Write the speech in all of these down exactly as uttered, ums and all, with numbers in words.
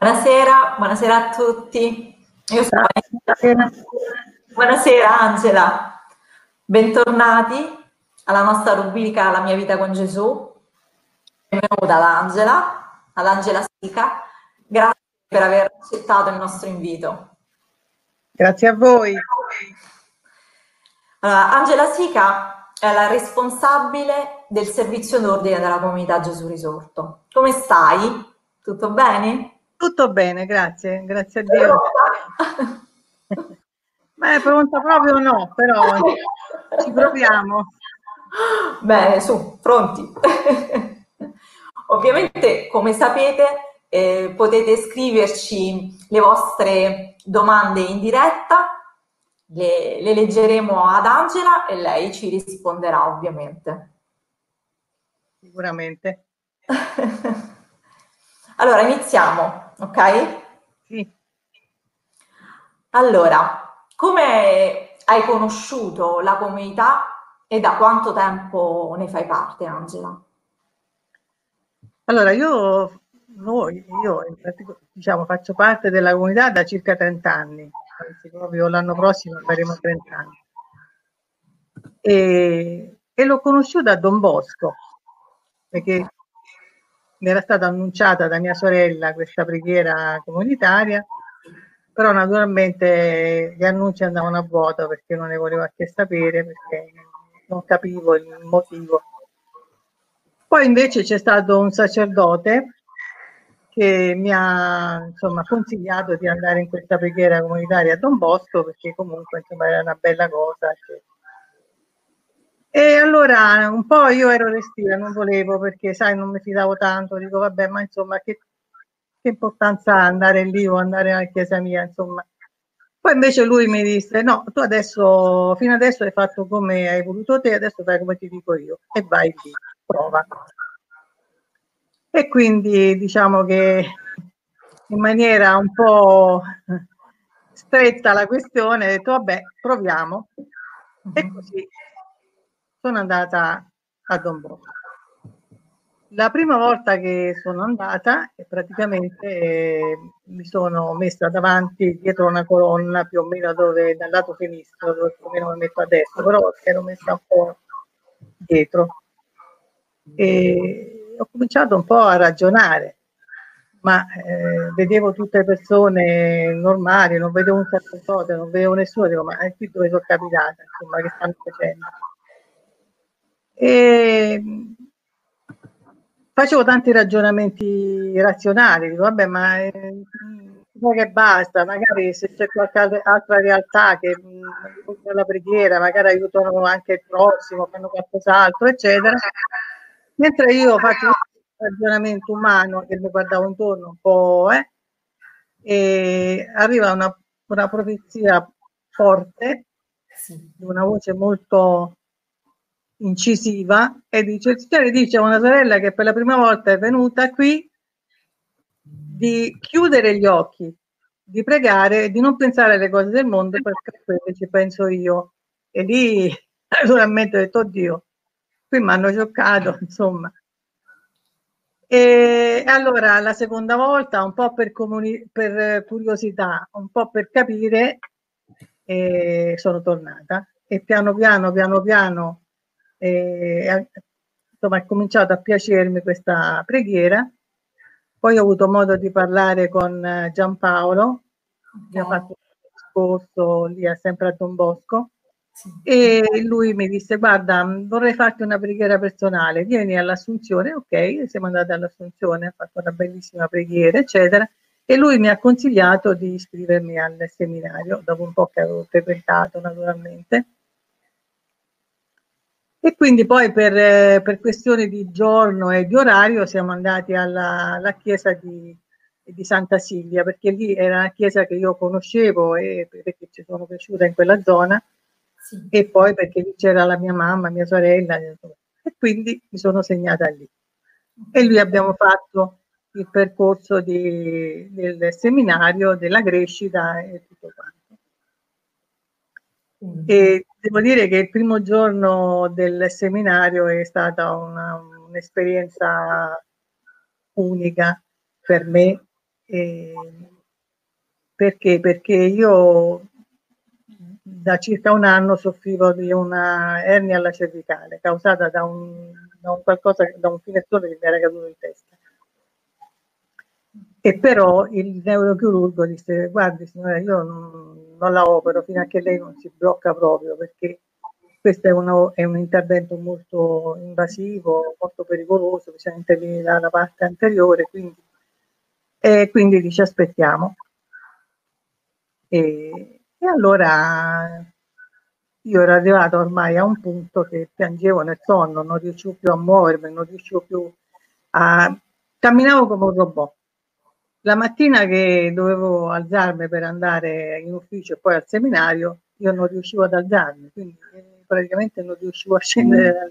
Buonasera, buonasera a tutti. Io sono Buonasera. Buonasera Angela, bentornati alla nostra rubrica La mia vita con Gesù. Benvenuta ad Angela, ad Angela Sica. Grazie per aver accettato il nostro invito. Grazie a voi. Allora, Angela Sica è la responsabile del servizio d'ordine della comunità Gesù Risorto. Come stai? Tutto bene? Tutto bene, grazie, grazie a Dio. Ma è pronta proprio no, però ci proviamo. Bene, su, pronti. Ovviamente, come sapete, eh, potete scriverci le vostre domande in diretta, le, le leggeremo ad Angela e lei ci risponderà ovviamente. Sicuramente. Allora, iniziamo, ok? Sì. Allora, come hai conosciuto la comunità e da quanto tempo ne fai parte, Angela? Allora, io, noi, io in particolare, diciamo, faccio parte della comunità da circa trenta anni, anzi proprio l'anno prossimo faremo trenta anni. E, e l'ho conosciuta a Don Bosco, perché mi era stata annunciata da mia sorella questa preghiera comunitaria, però naturalmente gli annunci andavano a vuoto perché non ne volevo a che sapere, perché non capivo il motivo. Poi invece c'è stato un sacerdote che mi ha insomma consigliato di andare in questa preghiera comunitaria a Don Bosco perché comunque insomma era una bella cosa. Cioè. E allora un po' io ero restia, non volevo perché sai non mi fidavo tanto, dico vabbè ma insomma che, che importanza ha andare lì o andare alla chiesa mia insomma. Poi invece lui mi disse no, tu adesso, fino adesso hai fatto come hai voluto te, adesso fai come ti dico io e vai lì, prova. E quindi diciamo che in maniera un po' stretta la questione, ho detto vabbè, proviamo. E così sono andata a Don Bosco. La prima volta che sono andata, praticamente eh, mi sono messa davanti dietro una colonna più o meno dove dal lato sinistro, dove più o meno mi metto adesso, però ero messa un po' dietro. E ho cominciato un po' a ragionare, ma eh, vedevo tutte persone normali, non vedevo un sacerdote, non vedevo nessuno, dico ma qui dove sono capitata, insomma, che stanno facendo? E facevo tanti ragionamenti razionali, dico vabbè ma eh, che basta, magari se c'è qualche altra realtà che mh, la preghiera, magari aiutano anche il prossimo, fanno qualcos'altro, eccetera. Mentre io faccio un ragionamento umano che mi guardavo intorno un po', eh, e arriva una, una profezia forte, di una voce molto incisiva, e dice il Signore dice a una sorella che per la prima volta è venuta qui di chiudere gli occhi, di pregare, di non pensare alle cose del mondo perché quelle ci penso io. E lì naturalmente ho detto oddio, qui mi hanno scioccato, insomma. E allora la seconda volta, un po' per, comuni- per curiosità, un po' per capire, eh, sono tornata e piano piano, piano piano, eh, insomma, è cominciato a piacermi questa preghiera. Poi ho avuto modo di parlare con Giampaolo, mi ha fatto un discorso lì sempre a Don Bosco, e lui mi disse guarda vorrei farti una preghiera personale, vieni all'Assunzione. Ok, siamo andati all'Assunzione, ha fatto una bellissima preghiera eccetera, e lui mi ha consigliato di iscrivermi al seminario dopo un po' che avevo frequentato naturalmente. E quindi poi per, per questioni di giorno e di orario siamo andati alla, alla chiesa di, di Santa Silvia, perché lì era una chiesa che io conoscevo e perché ci sono cresciuta in quella zona, sì. E poi perché lì c'era la mia mamma, mia sorella, e quindi mi sono segnata lì. E lì abbiamo fatto il percorso di, del seminario, della crescita e tutto quanto. E devo dire che il primo giorno del seminario è stata una, un'esperienza unica per me, E perché? Perché io da circa un anno soffrivo di una ernia alla cervicale causata da un, da un qualcosa, da un finestrone che mi era caduto in testa. E però il neurochirurgo disse: guardi signora, io non, non la opero fino a che lei non si blocca proprio, perché questo è, uno, è un intervento molto invasivo, molto pericoloso, bisogna intervenire dalla parte anteriore, quindi, e quindi dice aspettiamo. E, e allora io ero arrivata ormai a un punto che piangevo nel sonno, non riuscivo più a muovermi, non riuscivo più a... camminavo come un robot. La mattina che dovevo alzarmi per andare in ufficio e poi al seminario, io non riuscivo ad alzarmi, quindi praticamente non riuscivo a scendere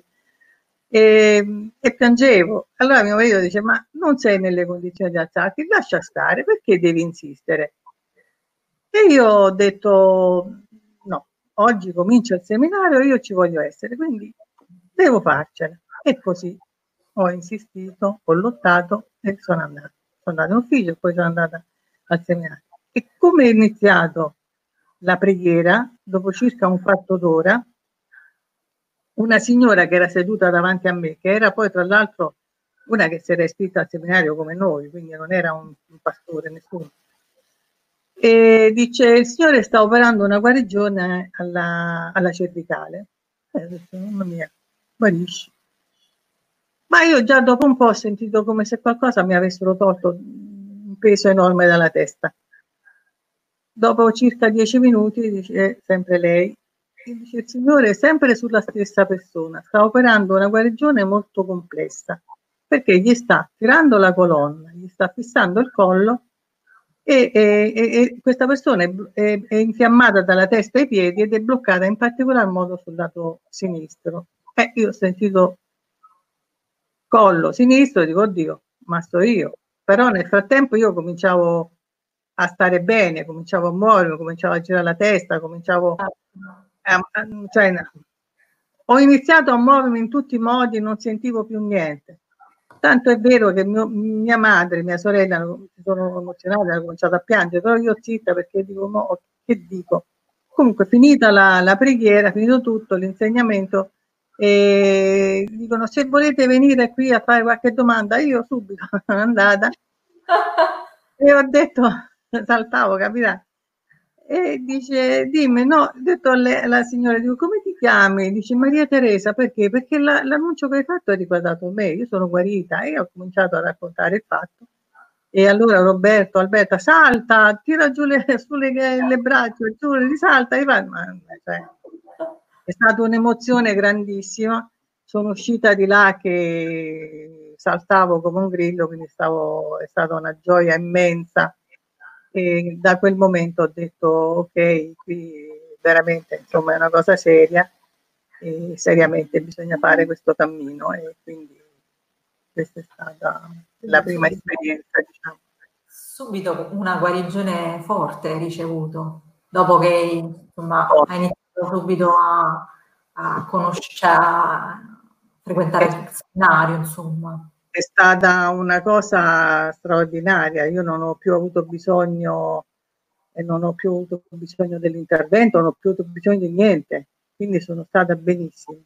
e, e piangevo. Allora mio marito dice: ma non sei nelle condizioni di alzarti, lascia stare, perché devi insistere? E io ho detto: no, oggi comincio il seminario, io ci voglio essere, quindi devo farcela. E così ho insistito, ho lottato e sono andata. Sono andata in ufficio e poi sono andata al seminario. E come è iniziato la preghiera, dopo circa un quarto d'ora, una signora che era seduta davanti a me, che era poi tra l'altro una che si era iscritta al seminario come noi, quindi non era un, un pastore, nessuno, e dice: il Signore sta operando una guarigione alla, alla cervicale. E ho detto: mamma mia, guarisci. Ma io già dopo un po' ho sentito come se qualcosa mi avessero tolto un peso enorme dalla testa. Dopo circa dieci minuti, dice sempre lei, dice: il Signore è sempre sulla stessa persona, sta operando una guarigione molto complessa, perché gli sta tirando la colonna, gli sta fissando il collo e, e, e questa persona è, è, è infiammata dalla testa ai piedi ed è bloccata in particolar modo sul lato sinistro. E io ho sentito collo sinistro e dico: oddio, ma sto io. Però nel frattempo io cominciavo a stare bene, cominciavo a muovermi, cominciavo a girare la testa, cominciavo a, a, cioè, ho iniziato a muovermi in tutti i modi, non sentivo più niente. Tanto è vero che mio, mia madre, mia sorella si sono emozionate, hanno cominciato a piangere, però io zitta perché dico: mo, che dico? Comunque finita la, la preghiera, finito tutto, l'insegnamento, e dicono: se volete venire qui a fare qualche domanda, io subito sono andata e ho detto, saltavo, capirà, e dice: dimmi, no, ho detto alla signora, dico: come ti chiami? Dice: Maria Teresa. Perché? Perché la, l'annuncio che hai fatto ha riguardato me, io sono guarita. E ho cominciato a raccontare il fatto. E allora Roberto, Alberta, salta, tira giù le, su le, le braccia, giù, risalta, e va. Ma, cioè, è stata un'emozione grandissima. Sono uscita di là che saltavo come un grillo, quindi stavo, è stata una gioia immensa. E da quel momento ho detto: ok, qui veramente insomma è una cosa seria e seriamente bisogna fare questo cammino, e quindi questa è stata la prima subito, esperienza, diciamo. subito una guarigione forte hai ricevuto, dopo che insomma Oh, hai iniziato subito a, a conoscere, a frequentare è, il seminario, insomma. è stata una cosa straordinaria. Io non ho più avuto bisogno e non ho più avuto bisogno dell'intervento, non ho più avuto bisogno di niente, quindi sono stata benissimo.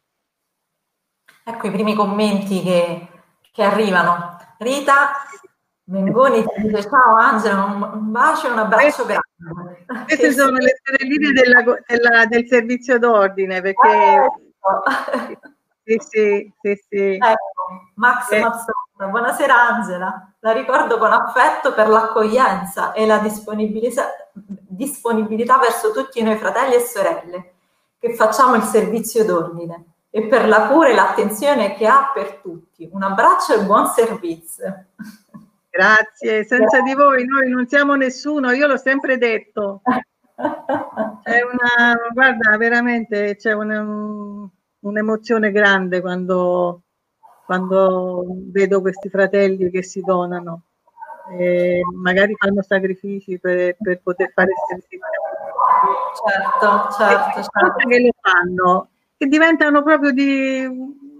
Ecco i primi commenti che, che arrivano. Rita Mengoni ti dice: ciao Angela, un, un bacio e un abbraccio Queste, grande. queste Che sono le stelline della, della, del servizio d'ordine, perché ecco. sì, sì, sì, sì. Ecco, Max Eh, Mazzone, buonasera Angela, la ricordo con affetto per l'accoglienza e la disponibilità, disponibilità verso tutti noi fratelli e sorelle che facciamo il servizio d'ordine e per la cura e l'attenzione che ha per tutti. Un abbraccio e buon servizio. grazie, senza di voi noi non siamo nessuno, io l'ho sempre detto. C'è una, guarda, veramente c'è un, un'emozione grande quando, quando vedo questi fratelli che si donano, e magari fanno sacrifici per, per poter fare il servizio. Certo, E certo, una volta certo. che lo fanno, che diventano proprio di,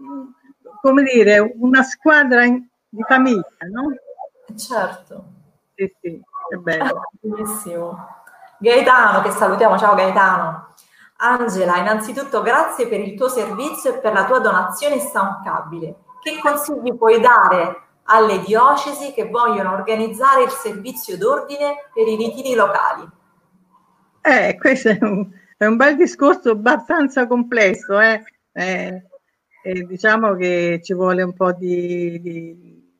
come dire, una squadra in, di famiglia, no? Certo. sì, sì, è bello. Benissimo. Gaetano, che salutiamo, ciao Gaetano. Angela, innanzitutto grazie per il tuo servizio e per la tua donazione instancabile. Che consigli puoi dare alle diocesi che vogliono organizzare il servizio d'ordine per i ritiri locali? Eh, questo è un, è un bel discorso abbastanza complesso, eh. Eh, eh, diciamo che ci vuole un po' di, di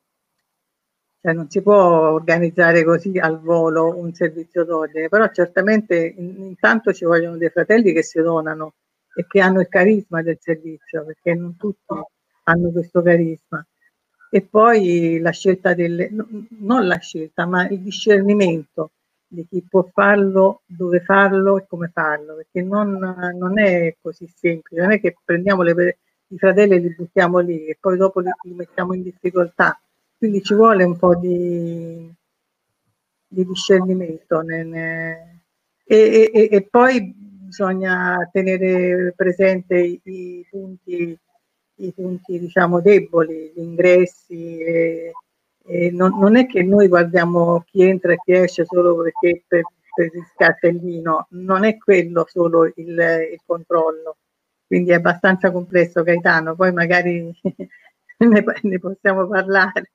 cioè non si può organizzare così al volo un servizio d'ordine, però certamente in- intanto ci vogliono dei fratelli che si donano e che hanno il carisma del servizio, perché non tutti hanno questo carisma. E poi la scelta delle, no- non la scelta, ma il discernimento di chi può farlo, dove farlo e come farlo, perché non, non è così semplice, non è che prendiamo le, i fratelli e li buttiamo lì e poi dopo li, li mettiamo in difficoltà. Quindi ci vuole un po' di, di discernimento. Ne, ne, e, e, e poi bisogna tenere presente i, i punti, i punti diciamo deboli, gli ingressi. E, e non, non è che noi guardiamo chi entra e chi esce solo perché per, per il cartellino, non è quello solo il, il controllo. Quindi è abbastanza complesso, Gaetano, poi magari ne, ne possiamo parlare.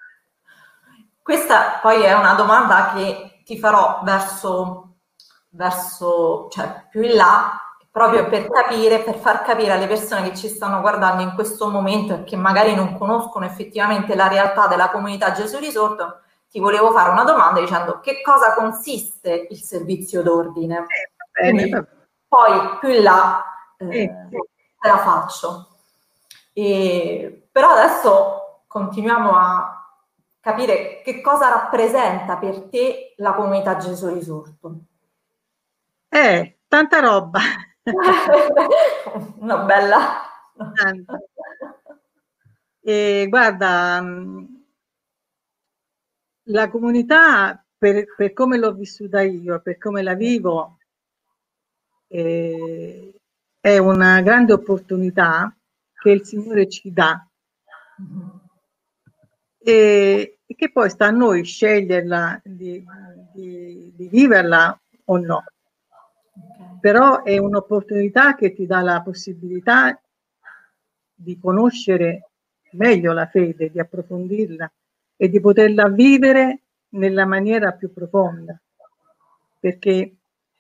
Questa poi è una domanda che ti farò verso, verso, cioè più in là, proprio per capire, per far capire alle persone che ci stanno guardando in questo momento e che magari non conoscono effettivamente la realtà della comunità Gesù Risorto, ti volevo fare una domanda dicendo che cosa consiste il servizio d'ordine. Eh, va bene, va Quindi bene. poi più in là eh, Sì, te la faccio. E, però adesso continuiamo a capire che cosa rappresenta per te la comunità Gesù Risorto. eh, tanta roba. Una bella... Tanta. E guarda, mh, la comunità, per, per come l'ho vissuta io, per come la vivo, eh, è una grande opportunità che il Signore ci dà e, e che poi sta a noi sceglierla di, di, di viverla o no. Però è un'opportunità che ti dà la possibilità di conoscere meglio la fede, di approfondirla e di poterla vivere nella maniera più profonda. Perché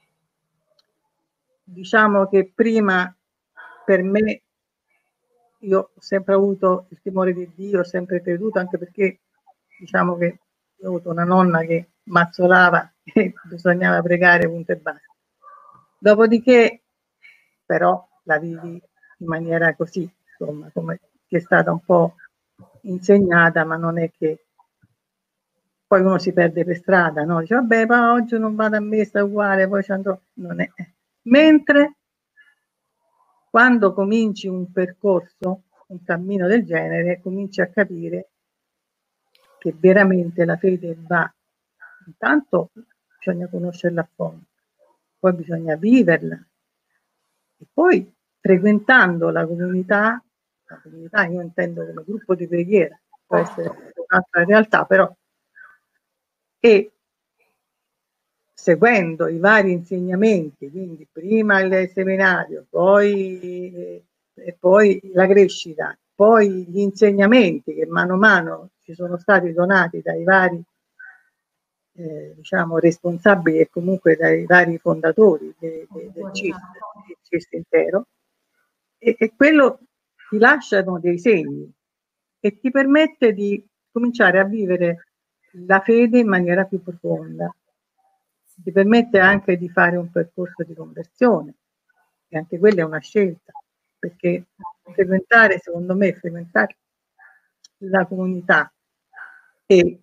diciamo che prima per me, io ho sempre avuto il timore di Dio, ho sempre creduto, anche perché diciamo che ho avuto una nonna che mazzolava e bisognava pregare, punto e basta. Dopodiché però la vivi in maniera così, insomma, come ti è stata un po' insegnata, ma non è che poi uno si perde per strada, no? Dice, vabbè, ma oggi non vado a messa uguale, poi ci andrò. Non è. Mentre quando cominci un percorso, un cammino del genere, cominci a capire che veramente la fede va, intanto bisogna conoscerla a fondo, poi bisogna viverla e poi frequentando la comunità, la comunità io intendo come gruppo di preghiera, può essere un'altra realtà, però e seguendo i vari insegnamenti, quindi prima il seminario, poi, eh, e poi la crescita, poi gli insegnamenti che mano a mano ci sono stati donati dai vari eh, diciamo, responsabili e comunque dai vari fondatori de, de, del C I S, del C I S intero, e, e quello ti lasciano dei segni e ti permette di cominciare a vivere la fede in maniera più profonda. Ti permette anche di fare un percorso di conversione e anche quella è una scelta, perché frequentare, secondo me, frequentare la comunità e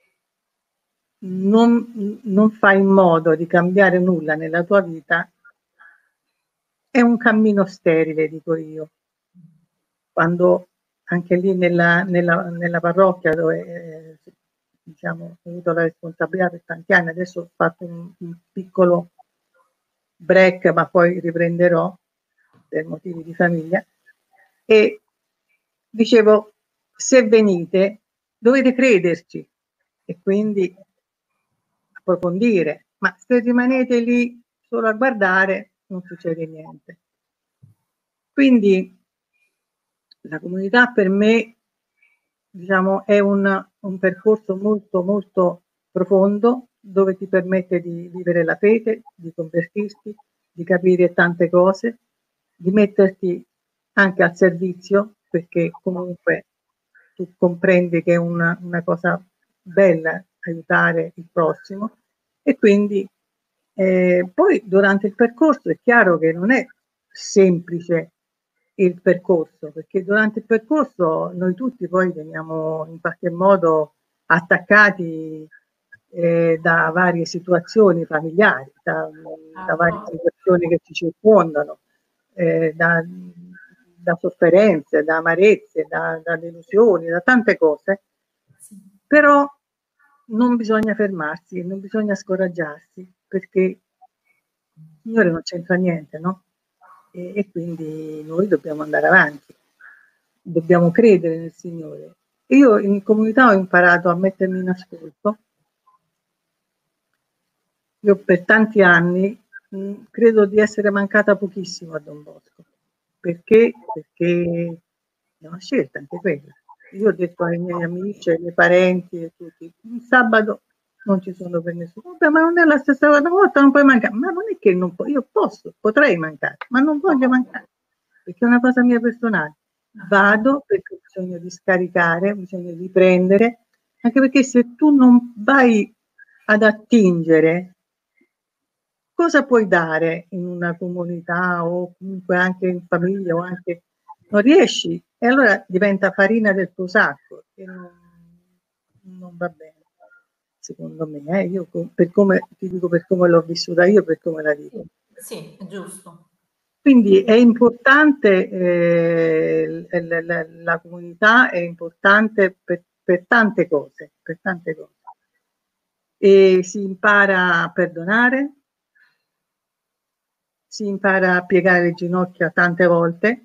non, non fai in modo di cambiare nulla nella tua vita, è un cammino sterile, dico io. Quando anche lì nella, nella, nella parrocchia dove eh, diciamo, ho avuto la responsabilità per tanti anni, adesso ho fatto un, un piccolo break, ma poi riprenderò per motivi di famiglia, e dicevo, se venite dovete crederci, e quindi approfondire, ma se rimanete lì solo a guardare non succede niente. Quindi la comunità per me, diciamo, è un, un percorso molto molto profondo, dove ti permette di vivere la fede, di convertirti, di capire tante cose, di metterti anche al servizio, perché comunque tu comprendi che è una, una cosa bella aiutare il prossimo, e quindi eh, poi durante il percorso è chiaro che non è semplice il percorso, perché durante il percorso noi tutti poi veniamo in qualche modo attaccati eh, da varie situazioni familiari, da, da varie situazioni che ci circondano, eh, da, da sofferenze, da amarezze, da, da delusioni, da tante cose, però non bisogna fermarsi, non bisogna scoraggiarsi, perché il Signore non c'entra niente, no? E, e quindi noi dobbiamo andare avanti, dobbiamo credere nel Signore. Io in comunità ho imparato a mettermi in ascolto. Io per tanti anni mh, credo di essere mancata pochissimo a Don Bosco. Perché? Perché è una scelta anche quella. Io ho detto ai miei amici, ai miei parenti e tutti, il sabato non ci sono per nessuno. Vabbè, ma non è la stessa cosa, una volta non puoi mancare. Ma non è che non puoi, io posso, potrei mancare, ma non voglio mancare, perché è una cosa mia personale. Vado perché ho bisogno di scaricare, ho bisogno di prendere, anche perché se tu non vai ad attingere, cosa puoi dare in una comunità o comunque anche in famiglia o anche non riesci, e allora diventa farina del tuo sacco e non, non va bene, secondo me. Eh? Io per come ti dico, per come l'ho vissuta io, per come la vivo. Sì, è giusto. Quindi è importante, eh, la, la, la comunità è importante per, per tante cose, per tante cose. E si impara a perdonare, si impara a piegare le ginocchia tante volte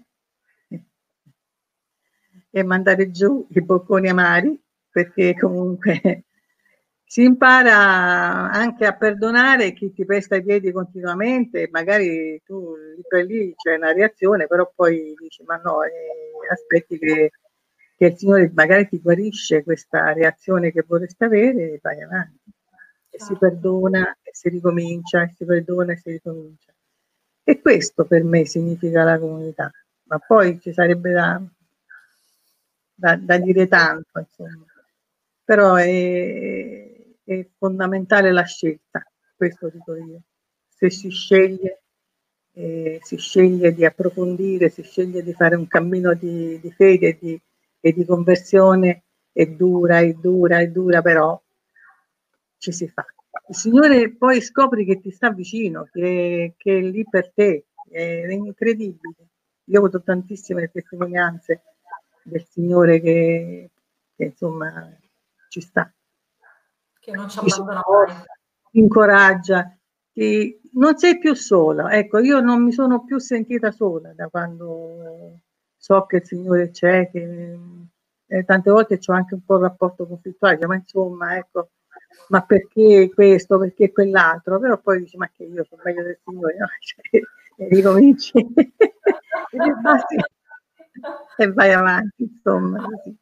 e mandare giù i bocconi amari, perché comunque si impara anche a perdonare chi ti pesta i piedi continuamente, magari tu lì per lì c'è una reazione, però poi dici ma no, eh, aspetti che, che il Signore magari ti guarisce questa reazione che vorresti avere e vai avanti. E si perdona e si ricomincia, e si perdona e si ricomincia. E questo per me significa la comunità, ma poi ci sarebbe da, da, da dire tanto, insomma. Però è, è fondamentale la scelta, questo dico io. Se si sceglie, eh, si sceglie di approfondire, si sceglie di fare un cammino di, di fede e di, e di conversione, è dura, è dura, è dura, però ci si fa. Il Signore poi scopri che ti sta vicino, che, che è lì per te, è incredibile. Io ho avuto tantissime testimonianze del Signore che, che insomma ci sta. Che non ci abbandona mai. Ti incoraggia, ti, non sei più sola. Ecco, io non mi sono più sentita sola da quando so che il Signore c'è, che eh, tante volte c'ho anche un po' il rapporto conflittuale, ma insomma, ecco, ma perché questo, perché quell'altro, però poi dici ma che io sono meglio del Signore, no? Cioè, e ricominci e, basti, e vai avanti, insomma, così.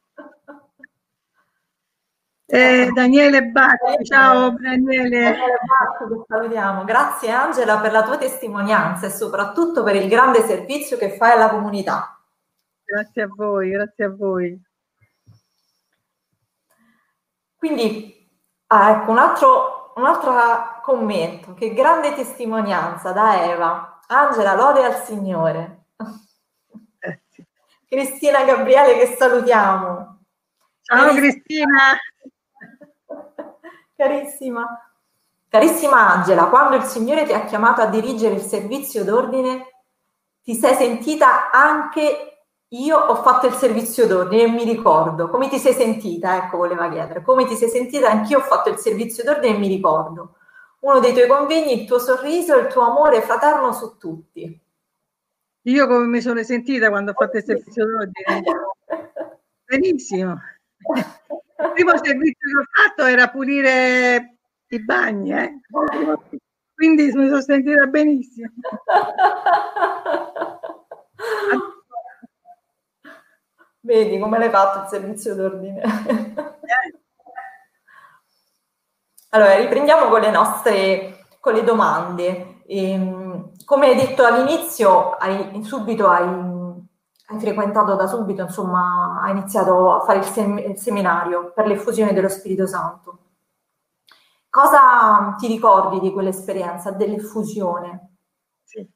Eh, Daniele Bacci, ciao Daniele. Daniele Bacci, ti salutiamo. Grazie Angela per la tua testimonianza e soprattutto per il grande servizio che fai alla comunità. Grazie a voi, grazie a voi. Quindi, ah, ecco, un altro, un altro commento, che grande testimonianza da Eva. Angela, lode al Signore. Grazie. Cristina Gabriele, che salutiamo. Ciao Cristina. Carissima. Carissima Angela, quando il Signore ti ha chiamato a dirigere il servizio d'ordine, ti sei sentita anche... Io ho fatto il servizio d'ordine e mi ricordo. Come ti sei sentita? Ecco, voleva chiedere. Come ti sei sentita? Anch'io ho fatto il servizio d'ordine e mi ricordo. Uno dei tuoi convegni, il tuo sorriso e il tuo amore fraterno su tutti. Io come mi sono sentita quando ho fatto il servizio d'ordine? Benissimo. Il primo servizio che ho fatto era pulire ti bagni, eh? Quindi mi sono sentita benissimo. Vedi come l'hai fatto il servizio d'ordine. Allora, riprendiamo con le nostre con le domande. Ehm, come hai detto all'inizio, hai, subito hai, hai frequentato da subito, insomma, hai iniziato a fare il, sem il seminario per l'effusione dello Spirito Santo. Cosa ti ricordi di quell'esperienza, dell'effusione? Sì.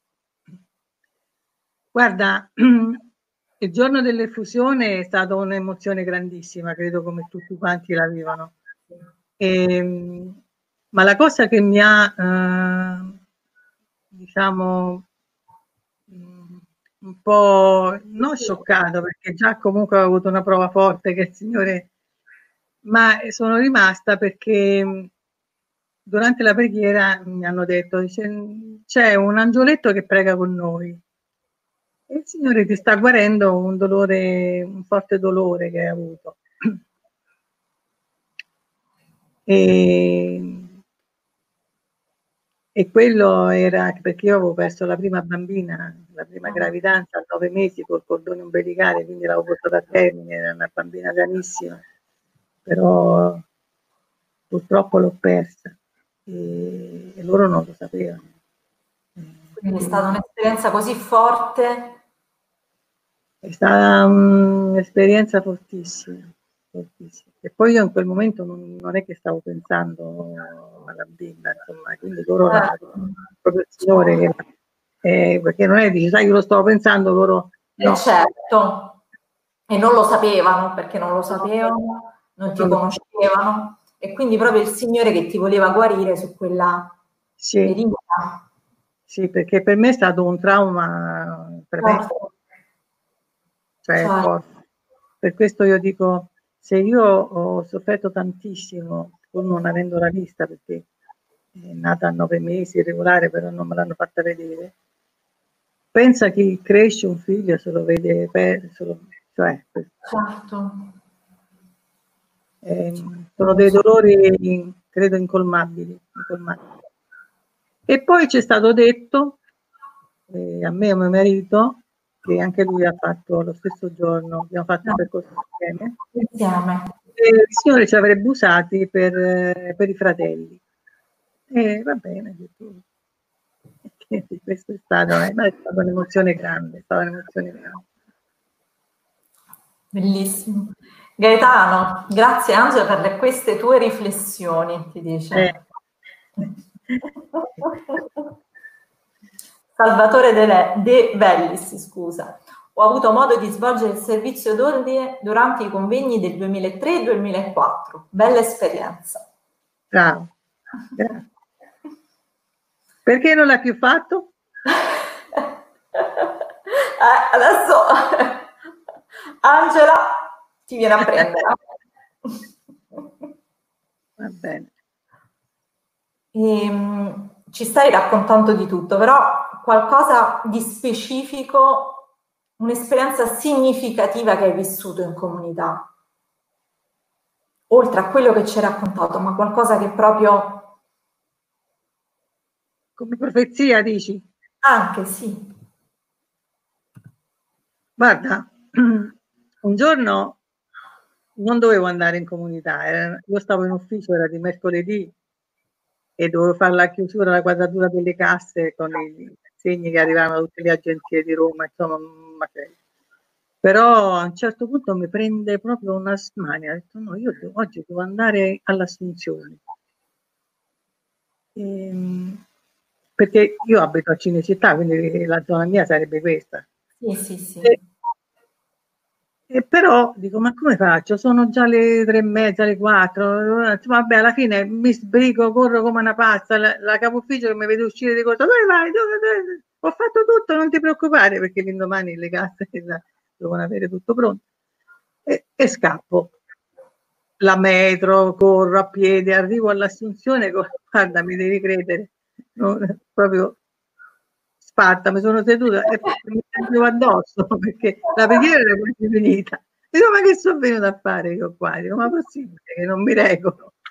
Guarda, il giorno dell'effusione è stata un'emozione grandissima, credo come tutti quanti la vivono. E, ma la cosa che mi ha, eh, diciamo, un po' non scioccato, perché già comunque ho avuto una prova forte che il Signore, ma sono rimasta perché durante la preghiera mi hanno detto, c'è un angioletto che prega con noi e il Signore ti sta guarendo un dolore, un forte dolore che hai avuto. E, e quello era perché io avevo perso la prima bambina, la prima gravidanza a nove mesi col cordone ombelicale, quindi l'avevo portata a termine, era una bambina sanissima, però purtroppo l'ho persa e, e loro non lo sapevano. Quindi è stata un'esperienza così forte? È stata un'esperienza fortissima, fortissima. E poi io in quel momento non, non è che stavo pensando alla bimba, insomma, quindi loro Eh, proprio il Signore che, eh, perché non è dice, sai, io lo stavo pensando, loro no. Eh certo, e non lo sapevano perché non lo sapevano, non ti conoscevano e quindi proprio il Signore che ti voleva guarire su quella sì, ferita. Sì, perché per me è stato un trauma tremendo, cioè Certo. forte. Per questo io dico, se io ho sofferto tantissimo, pur non avendola vista, perché è nata a nove mesi, irregolare, però non me l'hanno fatta vedere, pensa chi cresce un figlio se lo vede, per, se lo, cioè, Certo. eh, sono dei dolori, credo, incolmabili, incolmabili. E poi c'è stato detto, eh, a me e a mio marito, che anche lui ha fatto lo stesso giorno, abbiamo fatto il percorso insieme, Insieme. e il Signore ci avrebbe usati per, eh, per i fratelli. E va bene, questo è stato, eh, ma è stata un'emozione grande, è stata un'emozione grande. Bellissimo. Gaetano, grazie Angela per le, queste tue riflessioni, ti dice. Eh. Salvatore De, De Bellis, scusa. Ho avuto modo di svolgere il servizio d'ordine durante i convegni del duemilatré e duemilaquattro. Bella esperienza. Bravo. Grazie. Perché non l'hai più fatto? eh, adesso Angela ti viene a prendere. Va bene. E, ci stai raccontando di tutto, però qualcosa di specifico, un'esperienza significativa che hai vissuto in comunità, oltre a quello che ci hai raccontato, ma qualcosa che proprio... Come profezia, dici? Anche, sì. Guarda, un giorno non dovevo andare in comunità, era, io stavo in ufficio, era di mercoledì, e dovevo fare la chiusura, la quadratura delle casse con i segni che arrivavano da tutte le agenzie di Roma, insomma, però a un certo punto mi prende proprio una smania, ho detto no, io devo, oggi devo andare all'Assunzione, ehm, perché io abito a Cinecittà, quindi la zona mia sarebbe questa. Sì, sì, sì. E, e però dico, ma come faccio? Sono già le tre e mezza, le quattro, vabbè, alla fine mi sbrigo, corro come una pazza, la, la capo ufficio che mi vede uscire di corsa, dove vai? Dove, dove? Ho fatto tutto, non ti preoccupare, perché l'indomani le casse devono avere tutto pronto. E, e scappo. La metro, corro a piedi, arrivo all'Assunzione, guarda, mi devi credere, no, proprio sparta, mi sono seduta e mi sentivo addosso perché la preghiera era quasi finita. Dico, ma che sono venuta a fare io qua? Dico, ma possibile che non mi regolo?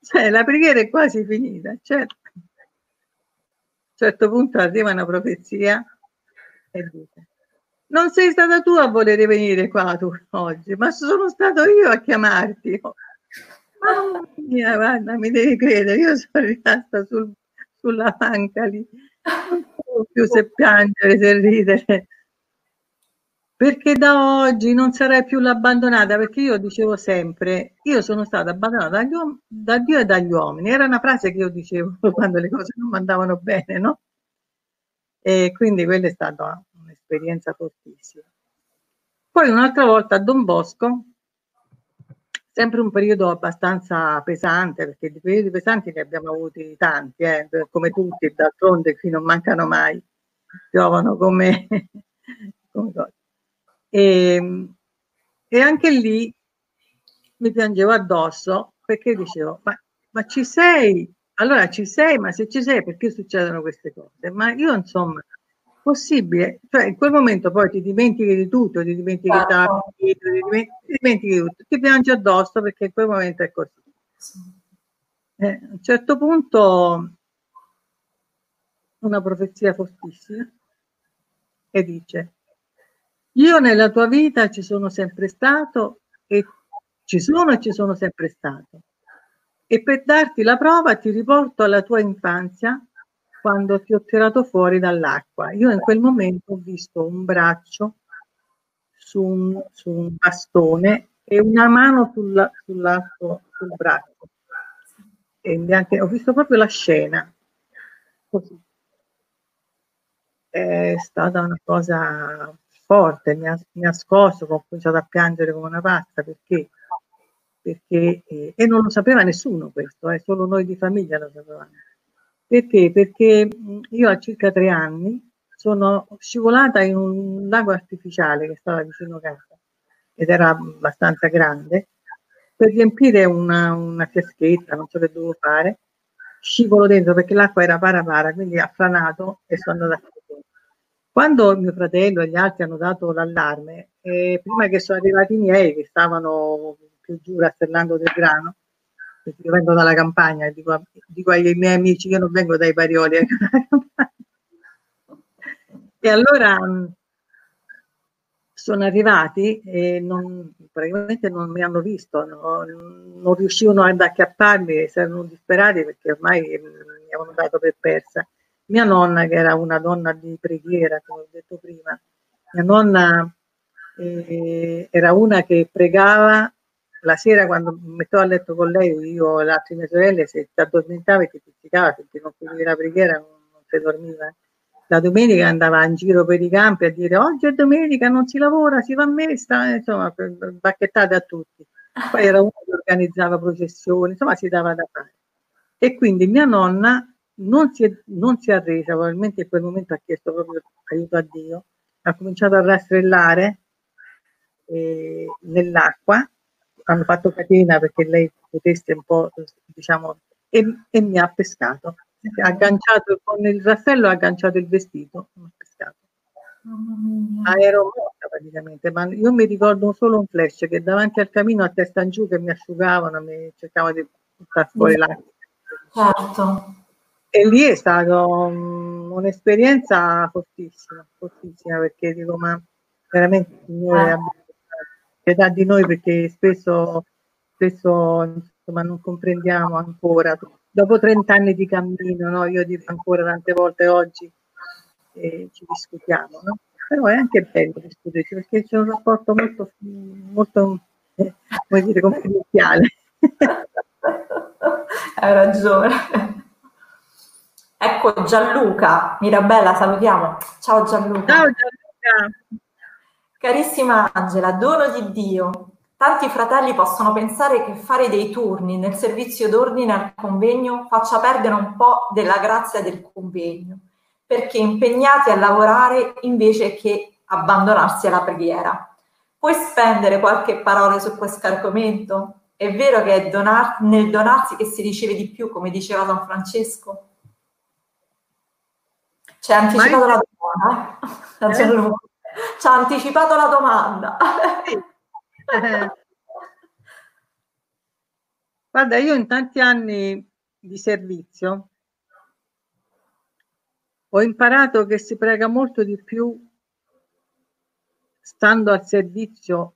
cioè, la preghiera è quasi finita, certo. A un certo punto arriva una profezia e dice: non sei stata tu a volere venire qua tu oggi, ma sono stato io a chiamarti. Mamma mia, guarda, mi devi credere, io sono rimasta sul, sulla panca lì, non so più se piangere, se ridere, perché da oggi non sarai più l'abbandonata, perché io dicevo sempre, io sono stata abbandonata dagli uom- da Dio e dagli uomini, era una frase che io dicevo quando le cose non andavano bene, no? E quindi quella è stata un'esperienza fortissima. Poi un'altra volta a Don Bosco, sempre un periodo abbastanza pesante, perché di periodi pesanti ne abbiamo avuti tanti, eh, come tutti, d'altronde qui non mancano mai, piovono come, come cose. E, e anche lì mi piangevo addosso perché dicevo, ma, ma ci sei? Allora ci sei, ma se ci sei perché succedono queste cose? Ma io insomma, possibile, cioè in quel momento poi ti dimentichi di tutto, ti dimentichi che stava Certo. finito, ti dimentichi, ti dimentichi di tutto, ti piangi addosso perché in quel momento è così. Eh, a un certo punto una profezia fortissima e dice: io nella tua vita ci sono sempre stato e ci sono e ci sono sempre stato. E per darti la prova ti riporto alla tua infanzia quando ti ho tirato fuori dall'acqua. Io in quel momento ho visto un braccio su un, su un bastone e una mano sulla, sull'altro, sul braccio. E anche, ho visto proprio la scena. Così. È stata una cosa forte, mi ha, mi ha scosso, ho cominciato a piangere come una pazza perché, perché eh, e non lo sapeva nessuno questo, eh, solo noi di famiglia lo sapevamo. Perché? Perché mh, io a circa tre anni sono scivolata in un lago artificiale che stava vicino a casa ed era abbastanza grande per riempire una, una fiaschetta, non so che dovevo fare, scivolo dentro perché l'acqua era para para, quindi ha franato e sono andata dentro. Quando mio fratello e gli altri hanno dato l'allarme, eh, prima che sono arrivati i miei che stavano più giù rastrellando del grano, perché io vengo dalla campagna, dico, dico ai miei amici che io non vengo dai Parioli, vengo dalla campagna. E allora mh, sono arrivati e non, praticamente non mi hanno visto, no, non riuscivano ad acchiapparmi, si erano disperati perché ormai mi avevano dato per persa. Mia nonna, che era una donna di preghiera, come ho detto prima, mia nonna eh, era una che pregava la sera quando mi mettevo a letto con lei, io e le altre mie sorelle, se ti addormentavi ti pizzicava perché non finivi la preghiera, non, non si dormiva. La domenica andava in giro per i campi a dire oggi è domenica, non si lavora, si va a messa, insomma, bacchettate a tutti. Poi era uno che organizzava processioni, insomma si dava da fare. E quindi mia nonna non si è, non si è arresa, probabilmente in quel momento ha chiesto proprio aiuto a Dio, ha cominciato a rastrellare eh, nell'acqua, hanno fatto catena perché lei potesse un po', diciamo, e, e mi ha pescato. Ha agganciato con il raffelo, ha agganciato il vestito, mi ha pescato. Mamma mia. Ah, ero morta praticamente, ma io mi ricordo solo un flash che davanti al camino a testa in giù che mi asciugavano, mi cercavano di buttare fuori l'acqua. Certo. E lì è stata um, un'esperienza fortissima, fortissima, perché dico, ma veramente il Signore Eh, abbia pietà di noi perché spesso, spesso insomma, non comprendiamo ancora. Dopo trent'anni di cammino, no? Io dico ancora tante volte oggi eh, ci discutiamo, no? Però è anche bello discuterci perché c'è un rapporto molto, molto eh, come dire, confidenziale. Hai ragione. Ecco Gianluca, Mirabella, salutiamo. Ciao Ciao Gianluca. Gianluca! Carissima Angela, dono di Dio, tanti fratelli possono pensare che fare dei turni nel servizio d'ordine al convegno faccia perdere un po' della grazia del convegno, perché impegnati a lavorare invece che abbandonarsi alla preghiera. Puoi spendere qualche parola su questo argomento? È vero che è donar- nel donarsi che si riceve di più, come diceva San Francesco? Ci ha Ma anticipato la domanda, eh? eh? Gianluca. Ci ha anticipato la domanda. Sì. Eh, Guarda, io in tanti anni di servizio ho imparato che si prega molto di più stando al servizio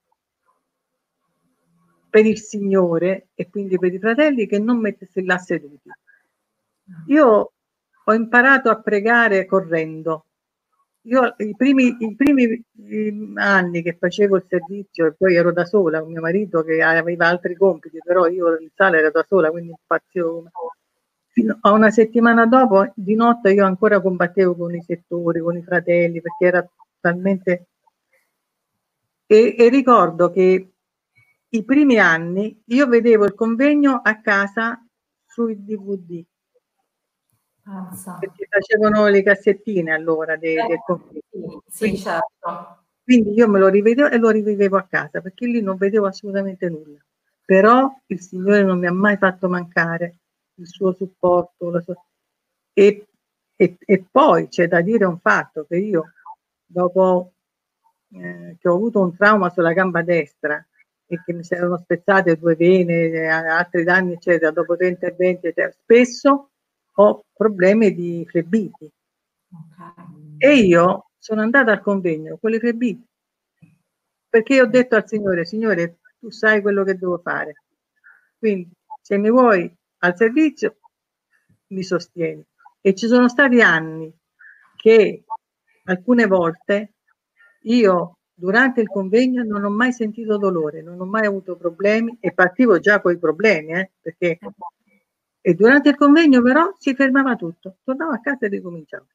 per il Signore e quindi per i fratelli che non mettersi là seduti. Io ho imparato a pregare correndo. Io i primi, i primi anni che facevo il servizio e poi ero da sola con mio marito che aveva altri compiti, però io in sala ero da sola, quindi spazio. Fino a una settimana dopo, di notte io ancora combattevo con i settori, con i fratelli, perché era talmente. E, e ricordo che i primi anni io vedevo il convegno a casa sui D V D. Pensa. Perché facevano le cassettine allora de, del convegno. Sì, Quindi, certo. quindi io me lo rivedevo e lo rivivevo a casa perché lì non vedevo assolutamente nulla. Però il Signore non mi ha mai fatto mancare il suo supporto. La sua... E, e, e poi c'è da dire un fatto che io, dopo eh, che ho avuto un trauma sulla gamba destra e che mi si erano spezzate due vene, altri danni, eccetera, dopo tre interventi, eccetera, spesso ho problemi di flebiti. Okay. E io sono andata al convegno con le flebiti perché ho detto al Signore, Signore, tu sai quello che devo fare, quindi se mi vuoi al servizio mi sostieni. E ci sono stati anni che alcune volte io durante il convegno non ho mai sentito dolore, non ho mai avuto problemi e partivo già con i problemi, eh, perché e durante il convegno però si fermava tutto, tornavo a casa e ricominciavo.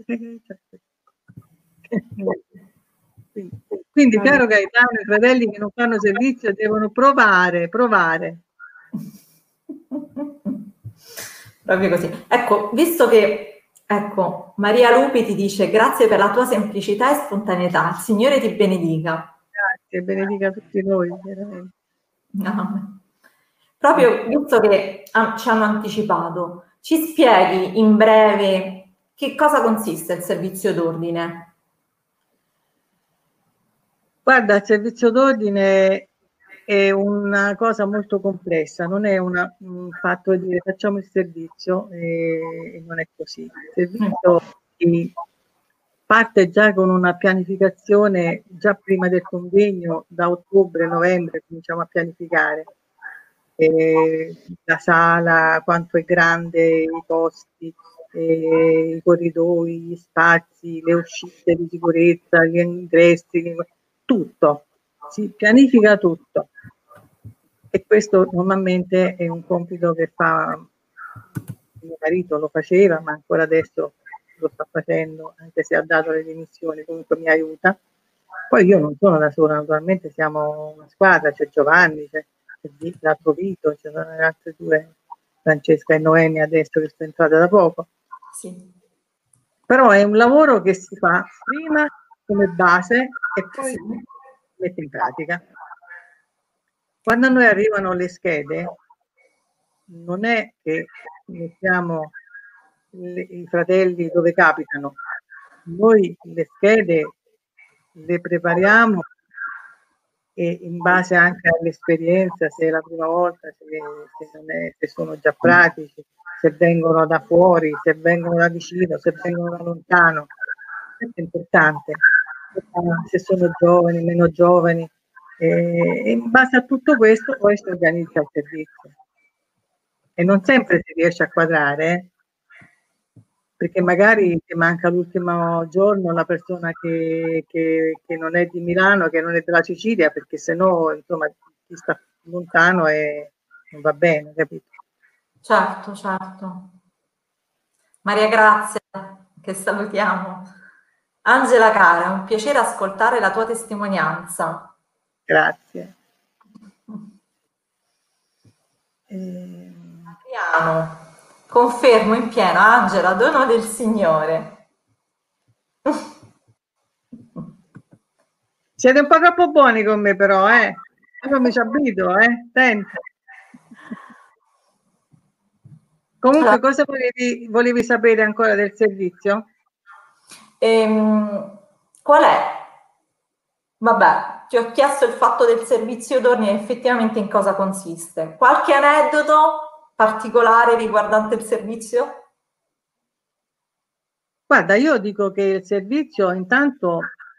Quindi, quindi caro Gaetano, i fratelli che non fanno servizio devono provare, provare. Proprio così. Ecco, visto che, ecco, Maria Lupi ti dice grazie per la tua semplicità e spontaneità, il Signore ti benedica. Grazie, benedica tutti noi, veramente. No. Proprio visto che ah, ci hanno anticipato, ci spieghi in breve che cosa consiste il servizio d'ordine? Guarda, il servizio d'ordine è una cosa molto complessa, non è una, un fatto di dire facciamo il servizio e, e non è così. Il servizio mm. parte già con una pianificazione, già prima del convegno, da ottobre, novembre cominciamo a pianificare eh, la sala, quanto è grande, i posti, eh, i corridoi, gli spazi, le uscite di sicurezza, gli ingressi, tutto, si pianifica tutto. E questo normalmente è un compito che fa mio marito, lo faceva, ma ancora adesso lo sta facendo, anche se ha dato le dimissioni, comunque mi aiuta. Poi io non sono da sola, naturalmente siamo una squadra, c'è Giovanni, c'è l'altro Vito, ci sono le altre due, Francesca e Noemi adesso che sono entrate da poco. Sì. Però è un lavoro che si fa prima come base e poi sì. si mette in pratica. Quando a noi arrivano le schede, non è che mettiamo le, i fratelli dove capitano, noi le schede le prepariamo e in base anche all'esperienza, se è la prima volta, se, se, non è, se sono già pratici, se vengono da fuori, se vengono da vicino, se vengono da lontano. Questo è importante, se sono giovani, meno giovani. E in base a tutto questo poi si organizza il servizio. E non sempre si riesce a quadrare, eh? Perché magari ti manca l'ultimo giorno la persona che, che, che non è di Milano, che non è della Sicilia, perché sennò insomma chi sta lontano e non va bene, capito? Certo, certo. Maria Grazia, che salutiamo. Angela cara, è un piacere ascoltare la tua testimonianza. Grazie. E... Adriano, confermo in pieno, Angela, dono del Signore. Siete un po' troppo buoni con me però, eh? Io mi ci abito, eh? Senti. Comunque, allora, cosa volevi, volevi sapere ancora del servizio? Ehm, qual è? Vabbè, ti ho chiesto il fatto del servizio d'ordine, effettivamente in cosa consiste. Qualche aneddoto particolare riguardante il servizio? Guarda, io dico che il servizio, intanto,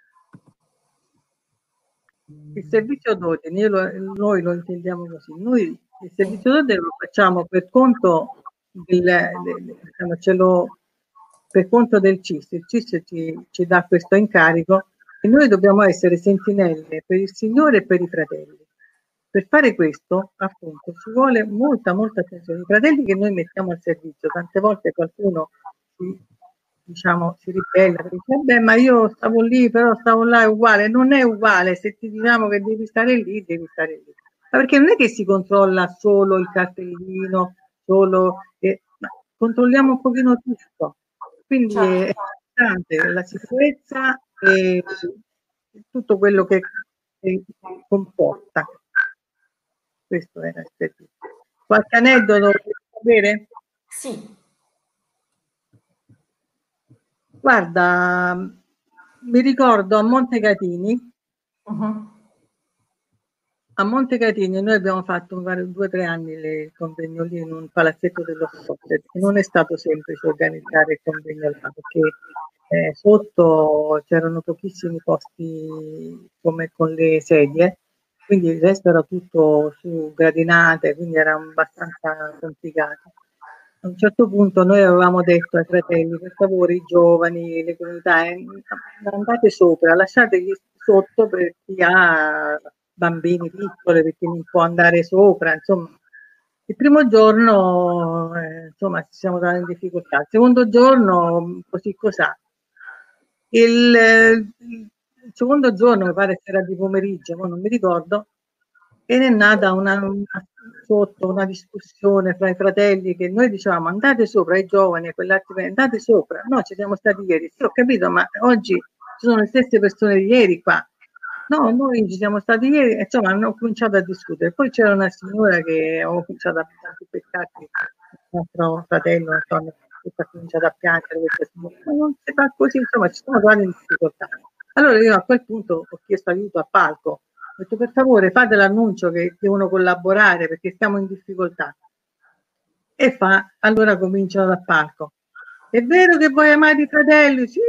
il servizio d'ordine, lo, noi lo intendiamo così, noi il servizio d'ordine lo facciamo per conto del, del, diciamo, ce lo, per conto del C I S, il C I S ci, ci dà questo incarico e noi dobbiamo essere sentinelle per il Signore e per i fratelli. Per fare questo, appunto, ci vuole molta, molta attenzione. I fratelli che noi mettiamo al servizio, tante volte qualcuno si, diciamo, si ribella, perché dice, vabbè, ma io stavo lì, però stavo là, è uguale. Non è uguale, se ti diciamo che devi stare lì, devi stare lì. Ma perché non è che si controlla solo il cartellino, solo, eh, ma controlliamo un pochino tutto. Quindi è importante la sicurezza e tutto quello che, che comporta. Questo era il servizio. Qualche aneddoto per sapere? Sì. Guarda, mi ricordo a Montecatini, uh-huh. a Montecatini noi abbiamo fatto due o tre anni il convegno lì in un palazzetto dello sport e non è stato semplice organizzare il convegno là perché eh, sotto c'erano pochissimi posti come con le sedie, quindi il resto era tutto su gradinate, quindi era abbastanza complicato. A un certo punto noi avevamo detto ai fratelli, per favore, i giovani, le comunità, eh, andate sopra, lasciategli sotto per chi ha bambini piccoli, perché non può andare sopra, insomma. Il primo giorno, eh, insomma, ci siamo dati in difficoltà. Il secondo giorno, così cos'ha. Il, il secondo giorno, mi pare che era di pomeriggio, ma non mi ricordo, ed è nata una, una, sotto una discussione fra i fratelli che noi dicevamo andate sopra, i giovani, quell'altro, andate sopra. No, ci siamo stati ieri. Sì, ho capito, ma oggi ci sono le stesse persone di ieri qua. No, noi ci siamo stati ieri, insomma, hanno cominciato a discutere. Poi c'era una signora che ho cominciato a beccarsi, il nostro fratello, insomma, ha cominciato a piangere, questa signora, ma non si fa così, insomma, ci siamo trovati in difficoltà. Allora io a quel punto ho chiesto aiuto a Palco, ho detto per favore fate l'annuncio che devono collaborare perché stiamo in difficoltà. E fa, allora cominciano da Palco. È vero che voi amate i fratelli? Sì!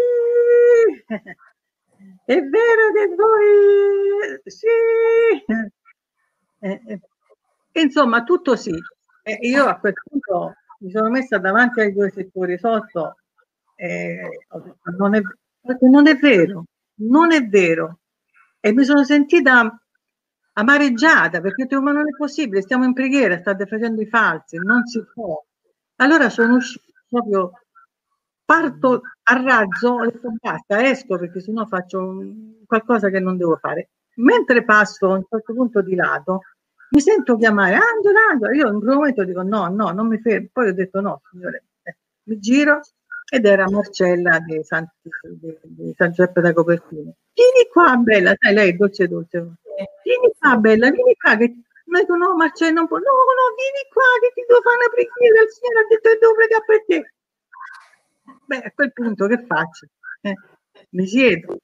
È vero che voi... Sì! Eh, eh. Insomma, tutto sì. E io a quel punto mi sono messa davanti ai due settori sotto e ho detto, non è, non è vero, non è vero. E mi sono sentita amareggiata perché ho detto, ma non è possibile, stiamo in preghiera, state facendo i falsi, non si può. Allora sono uscita proprio, parto a razzo, ho detto basta, esco perché sennò faccio qualcosa che non devo fare. Mentre passo a un certo punto di lato, mi sento chiamare Angela, Angela, io in quel momento dico no, no, non mi fermo, poi ho detto no, signore, eh, mi giro ed era Marcella di San, di, di San Giuseppe da Copertino. Vieni qua, bella, sai, lei è dolce dolce. Vieni qua, bella, vieni qua, che noi dico no, Marcella non può, no, no, vieni qua, che ti devo fare una preghiera, il Signore ha detto che devo pregare per te. Beh, a quel punto che faccio? Eh, mi siedo.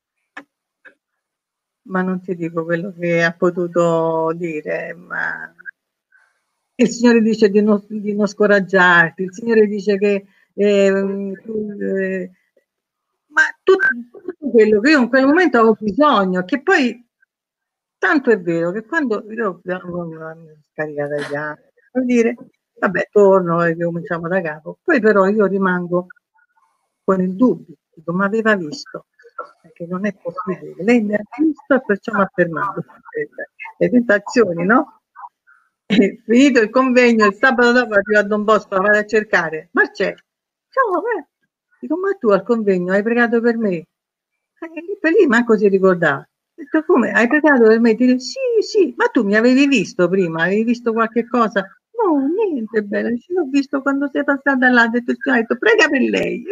Ma non ti dico quello che ha potuto dire, ma il Signore dice di non, di non scoraggiarti, il Signore dice che eh, tu, eh, ma tutto, tutto quello che io in quel momento avevo bisogno, che poi tanto è vero che quando io mi scaricata gli anni, vuol dire, vabbè, torno e cominciamo da capo, poi però io rimango con il dubbio, dico, ma aveva visto? Perché non è possibile, lei mi ha visto e perciò mi ha fermato. Le tentazioni, no? E finito il convegno, il sabato dopo arrivo a Don Bosco, la vado a cercare. Marcè, ciao, eh. Dico, ma tu al convegno hai pregato per me? E lì per lì manco si ricordava. Ho detto, come? Hai pregato per me? Dico, sì, sì, ma tu mi avevi visto prima? Avevi visto qualche cosa? No, niente, bella. Dice, l'ho visto quando sei passata là. Ho detto, ho detto, prega per lei.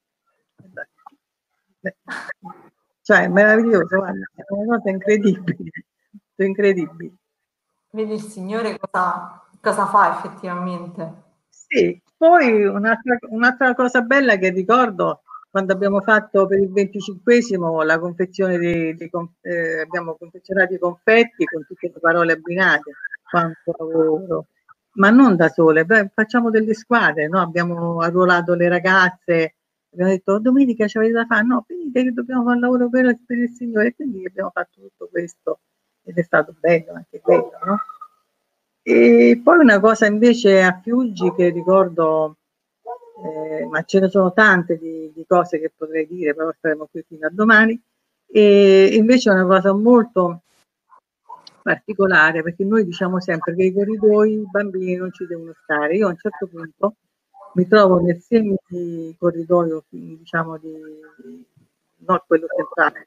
Cioè, è meraviglioso, guarda, è una cosa incredibile, incredibile. Vedi il Signore cosa, cosa fa effettivamente. Sì, poi un'altra, un'altra cosa bella che ricordo quando abbiamo fatto per il venticinquesimo la confezione di, di eh, abbiamo confezionato i confetti con tutte le parole abbinate, quanto lavoro, ma non da sole, beh, facciamo delle squadre, no? Abbiamo arruolato le ragazze, abbiamo detto domenica ci avete da fare, no, venite che dobbiamo fare un lavoro per, per il Signore, e quindi abbiamo fatto tutto questo ed è stato bello anche quello, no? E poi una cosa invece a Fiuggi che ricordo, eh, ma ce ne sono tante di, di cose che potrei dire, però staremo qui fino a domani, e invece è una cosa molto particolare, perché noi diciamo sempre che i corridoi, i bambini non ci devono stare. Io a un certo punto mi trovo nel semi corridoio, diciamo di, non quello centrale,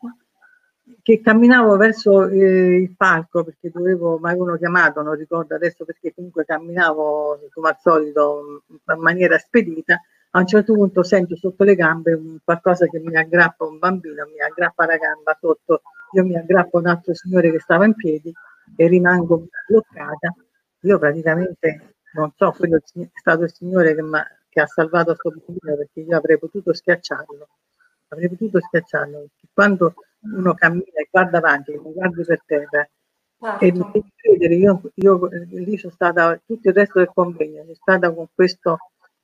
che camminavo verso eh, il palco perché dovevo, ma uno chiamato, non ricordo adesso perché comunque camminavo come al solito in maniera spedita. A un certo punto sento sotto le gambe un, qualcosa che mi aggrappa, un bambino mi aggrappa la gamba sotto, io mi aggrappo a un altro signore che stava in piedi e rimango bloccata. Io praticamente non so, quello è stato il signore che, che ha salvato questo bambino, perché io avrei potuto schiacciarlo, avrei potuto schiacciarlo, perché quando uno cammina e guarda avanti, non guardi per terra, certo. E mi devi credere, io, io lì sono stata, tutto il resto del convegno, sono stata con questo,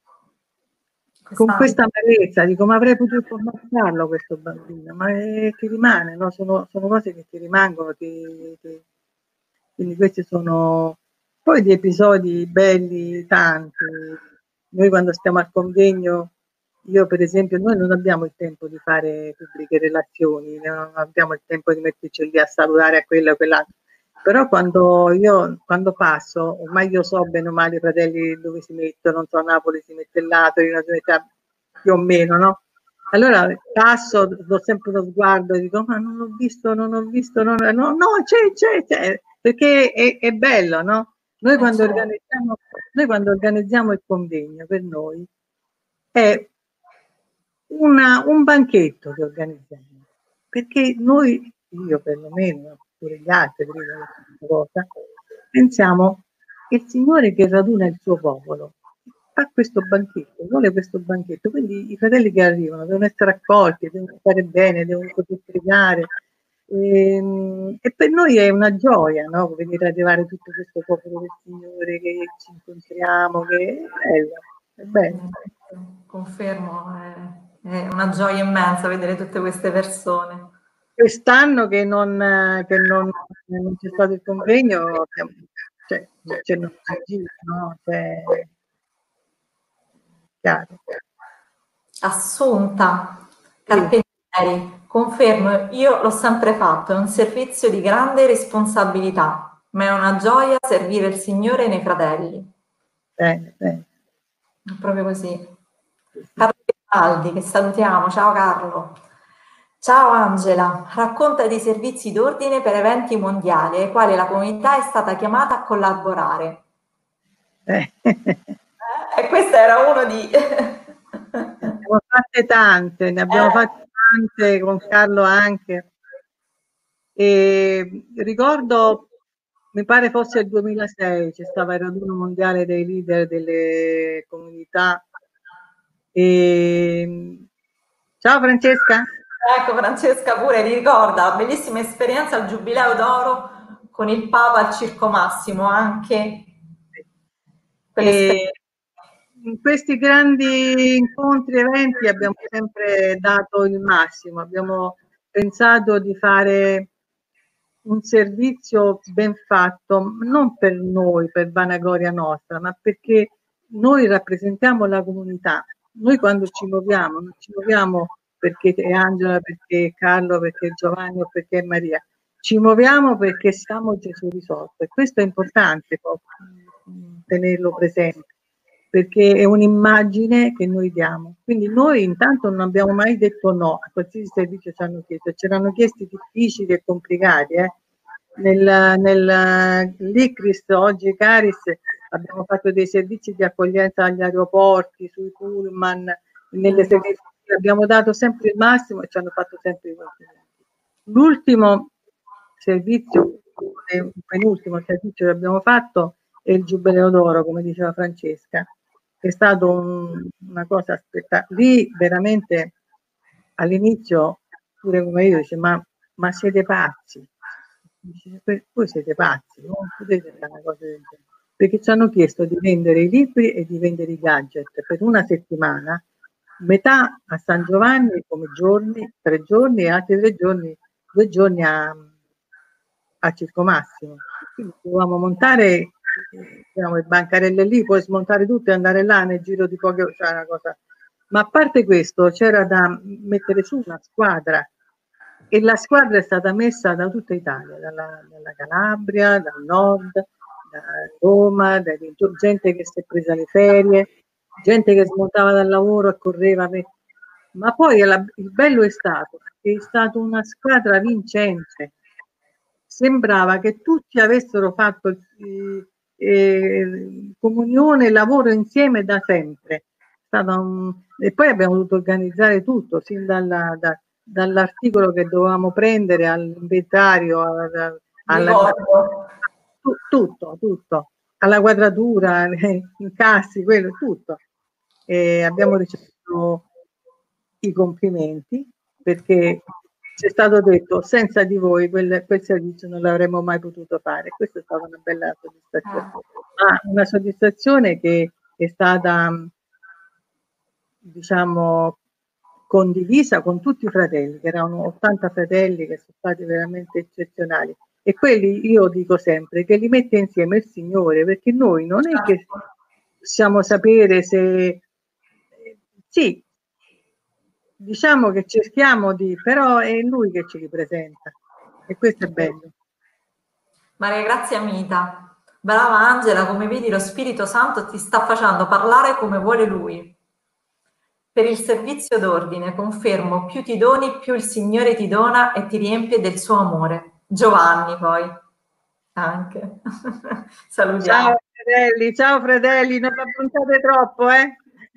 con questa amarezza, dico, ma avrei potuto ammazzarlo questo bambino, ma è, ti rimane, no? Sono, sono cose che ti rimangono, ti, ti, quindi questi sono poi di episodi belli, tanti. Noi quando stiamo al convegno, io per esempio, noi non abbiamo il tempo di fare pubbliche relazioni, non abbiamo il tempo di metterci lì a salutare a quello o quell'altro, però quando io quando passo, ormai io so bene o male i fratelli dove si mettono, non so, a Napoli si mette là, Torino si mette più o meno, no? Allora passo, do sempre uno sguardo e dico, ma non ho visto, non ho visto, non no, no, c'è, c'è, c'è, perché è, è bello, no? Noi quando, organizziamo, noi quando organizziamo il convegno per noi è una, un banchetto che organizziamo, perché noi, io perlomeno, pure gli altri, cosa, pensiamo che il Signore che raduna il suo popolo fa questo banchetto, vuole questo banchetto, quindi i fratelli che arrivano devono essere accolti, devono stare bene, devono poter pregare. E, e per noi è una gioia, no? Vedere arrivare tutto questo popolo del Signore, che ci incontriamo, che è bello, è bello. Confermo, è, è una gioia immensa vedere tutte queste persone. Quest'anno che non, che non, non c'è stato il convegno, cioè, c'è non si gira, no? Cioè, chiaro. Assunta Carpentieri, confermo, io l'ho sempre fatto, è un servizio di grande responsabilità, ma è una gioia servire il Signore nei fratelli. Bene, bene. È proprio così. Carlo Aldi, che salutiamo, ciao Carlo. Ciao Angela, racconta dei servizi d'ordine per eventi mondiali ai quali la comunità è stata chiamata a collaborare. Eh. E questo era uno di... Ne abbiamo fatte tante, ne abbiamo eh. fatte tante con Carlo anche. E ricordo, mi pare fosse il duemilasei, c'è stava il raduno mondiale dei leader delle comunità. E... Ciao Francesca. Ecco, Francesca pure ricorda, bellissima esperienza al Giubileo d'Oro con il Papa al Circo Massimo, anche e in questi grandi incontri, eventi abbiamo sempre dato il massimo, abbiamo pensato di fare un servizio ben fatto, non per noi, per vanagloria nostra, ma perché noi rappresentiamo la comunità. Noi quando ci muoviamo, non ci muoviamo perché è Angela, perché è Carlo, perché è Giovanni o perché è Maria. Ci muoviamo perché siamo Gesù risorto e questo è importante tenerlo presente perché è un'immagine che noi diamo. Quindi noi intanto non abbiamo mai detto no a qualsiasi servizio ci hanno chiesto, ce l'hanno chiesti difficili e complicati. Eh. Nel, nel l'Icris, oggi Caris, abbiamo fatto dei servizi di accoglienza agli aeroporti, sui pullman, nelle servizi, abbiamo dato sempre il massimo e ci hanno fatto sempre i complimenti. L'ultimo servizio, il penultimo servizio che abbiamo fatto è il Giubileo d'Oro, come diceva Francesca, è stato un, una cosa spettacolare. Lì veramente all'inizio pure come io dice ma, ma siete pazzi, dice, voi siete pazzi, non potete fare una cosa del genere, perché ci hanno chiesto di vendere i libri e di vendere i gadget per una settimana, metà a San Giovanni come giorni, tre giorni e altri tre giorni, due giorni a, a Circo Massimo. Quindi dovevamo montare diciamo, le bancarelle lì, poi smontare tutto e andare là nel giro di poche ore, cioè una cosa. Ma a parte questo c'era da mettere su una squadra e la squadra è stata messa da tutta Italia, dalla, dalla Calabria, dal nord, da Roma, da gente che si è presa le ferie, gente che smontava dal lavoro e correva. Per... Ma poi la, il bello è stato che è stata una squadra vincente. Sembrava che tutti avessero fatto eh, eh, comunione e lavoro insieme da sempre. Un... E poi abbiamo dovuto organizzare tutto, sin dalla, da, dall'articolo che dovevamo prendere all'inventario, alla, alla, tu, tutto, tutto, alla quadratura, i incassi, quello, tutto. E abbiamo ricevuto i complimenti perché ci è stato detto senza di voi quel, quel servizio non l'avremmo mai potuto fare. Questa è stata una bella soddisfazione, ma una soddisfazione che è stata diciamo condivisa con tutti i fratelli, che erano ottanta fratelli che sono stati veramente eccezionali, e quelli io dico sempre che li mette insieme il Signore, perché noi non è che possiamo sapere se sì, diciamo che cerchiamo di, però è Lui che ci ripresenta e questo è bello. Maria Grazia Mita, brava Angela, come vedi lo Spirito Santo ti sta facendo parlare come vuole Lui. Per il servizio d'ordine confermo, più ti doni, più il Signore ti dona e ti riempie del suo amore. Giovanni poi, anche. Salutiamo. Ciao fratelli, ciao fratelli, non vi appuntate troppo, eh?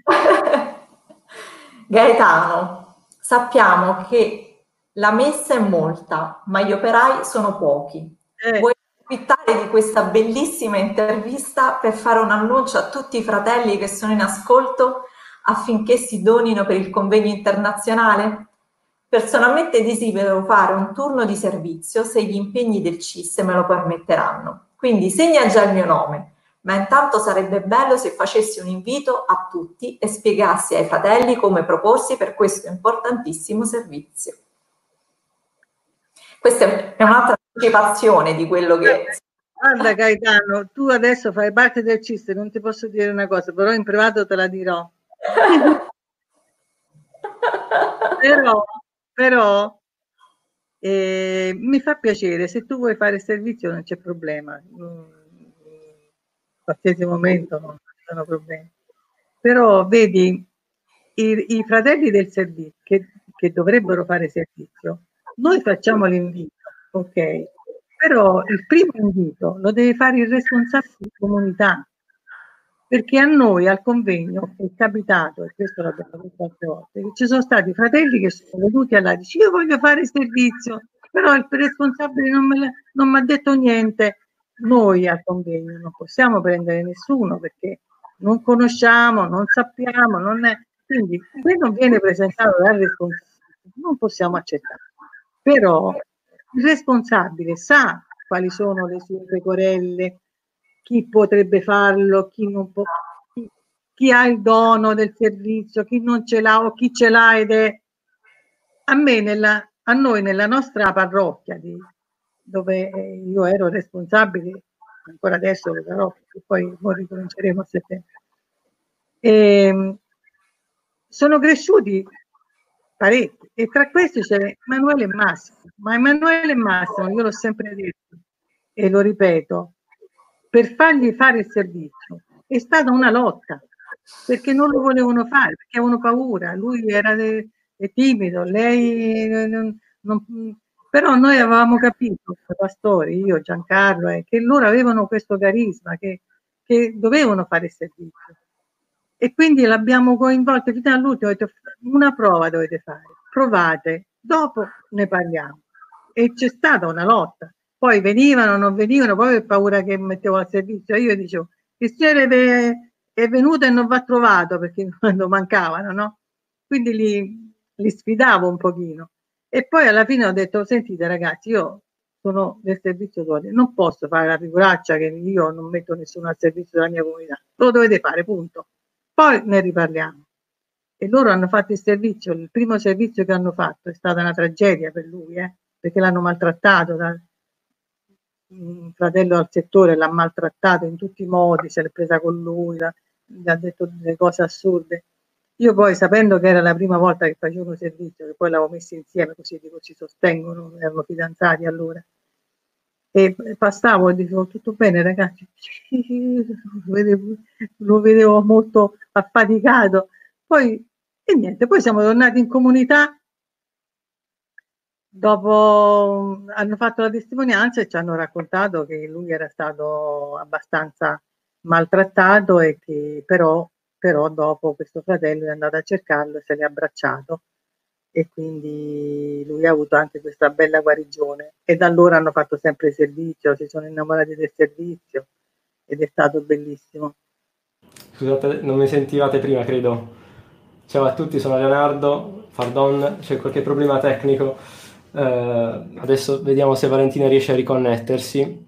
Gaetano, sappiamo che la messa è molta, ma gli operai sono pochi. Eh. Vuoi approfittare di questa bellissima intervista per fare un annuncio a tutti i fratelli che sono in ascolto affinché si donino per il convegno internazionale? Personalmente desidero fare un turno di servizio se gli impegni del C I S me lo permetteranno, quindi segna già il mio nome, ma intanto sarebbe bello se facessi un invito a tutti e spiegassi ai fratelli come proporsi per questo importantissimo servizio. Questa è un'altra anticipazione di quello che... Guarda Gaetano, tu adesso fai parte del C I S, non ti posso dire una cosa, però in privato te la dirò. però, però eh, mi fa piacere, se tu vuoi fare servizio non c'è problema, in qualsiasi momento non ci sono problemi. Però vedi, i, i fratelli del servizio che, che dovrebbero fare servizio, noi facciamo l'invito, ok? Però il primo invito lo deve fare il responsabile di comunità, perché a noi al convegno è capitato, e questo l'abbiamo detto altre volte, che ci sono stati fratelli che sono venuti alla dice io voglio fare il servizio, però il responsabile non mi ha detto niente. Noi al convegno non possiamo prendere nessuno perché non conosciamo, non sappiamo, non è... quindi se non viene presentato dal responsabile non possiamo accettare. Però il responsabile sa quali sono le sue pecorelle, chi potrebbe farlo, chi non può, chi, chi ha il dono del servizio, chi non ce l'ha o chi ce l'ha ed è... A me, nella, a noi nella nostra parrocchia, di, dove io ero responsabile, ancora adesso lo sarò, perché poi, poi ricominceremo a settembre, e, sono cresciuti parecchi e tra questi c'è Emanuele e Massimo, ma Emanuele e Massimo, io l'ho sempre detto e lo ripeto, per fargli fare il servizio è stata una lotta, perché non lo volevano fare, perché avevano paura, lui era de, de timido, lei non, non, però noi avevamo capito, pastori, io, Giancarlo, eh, che loro avevano questo carisma, che, che dovevano fare il servizio. E quindi l'abbiamo coinvolto fino all'ultimo, una prova dovete fare, provate, dopo ne parliamo. E c'è stata una lotta. Poi venivano, non venivano, poi per paura che mettevo al servizio. Io dicevo, il Signore è venuto e non va trovato perché quando mancavano, no? Quindi li, li sfidavo un pochino. E poi alla fine ho detto, sentite ragazzi, io sono del servizio d'ordine, non posso fare la figuraccia che io non metto nessuno al servizio della mia comunità, lo dovete fare, punto. Poi ne riparliamo. E loro hanno fatto il servizio, il primo servizio che hanno fatto è stata una tragedia per lui, eh, perché l'hanno maltrattato, da, un fratello al settore l'ha maltrattato in tutti i modi, se l'è presa con lui, la, gli ha detto delle cose assurde. Io poi, sapendo che era la prima volta che facevo servizio, che poi l'avevo messo insieme, così dico, ci sostengono, erano fidanzati allora, e passavo e dicevo tutto bene ragazzi, lo vedevo, lo vedevo molto affaticato, poi e niente, poi siamo tornati in comunità, dopo hanno fatto la testimonianza e ci hanno raccontato che lui era stato abbastanza maltrattato e che però, però dopo questo fratello è andato a cercarlo e se l'è abbracciato e quindi lui ha avuto anche questa bella guarigione e da allora hanno fatto sempre servizio, si sono innamorati del servizio ed è stato bellissimo. Scusate, non mi sentivate prima, credo. Ciao a tutti, sono Leonardo, pardon, c'è qualche problema tecnico. Eh, adesso vediamo se Valentina riesce a riconnettersi.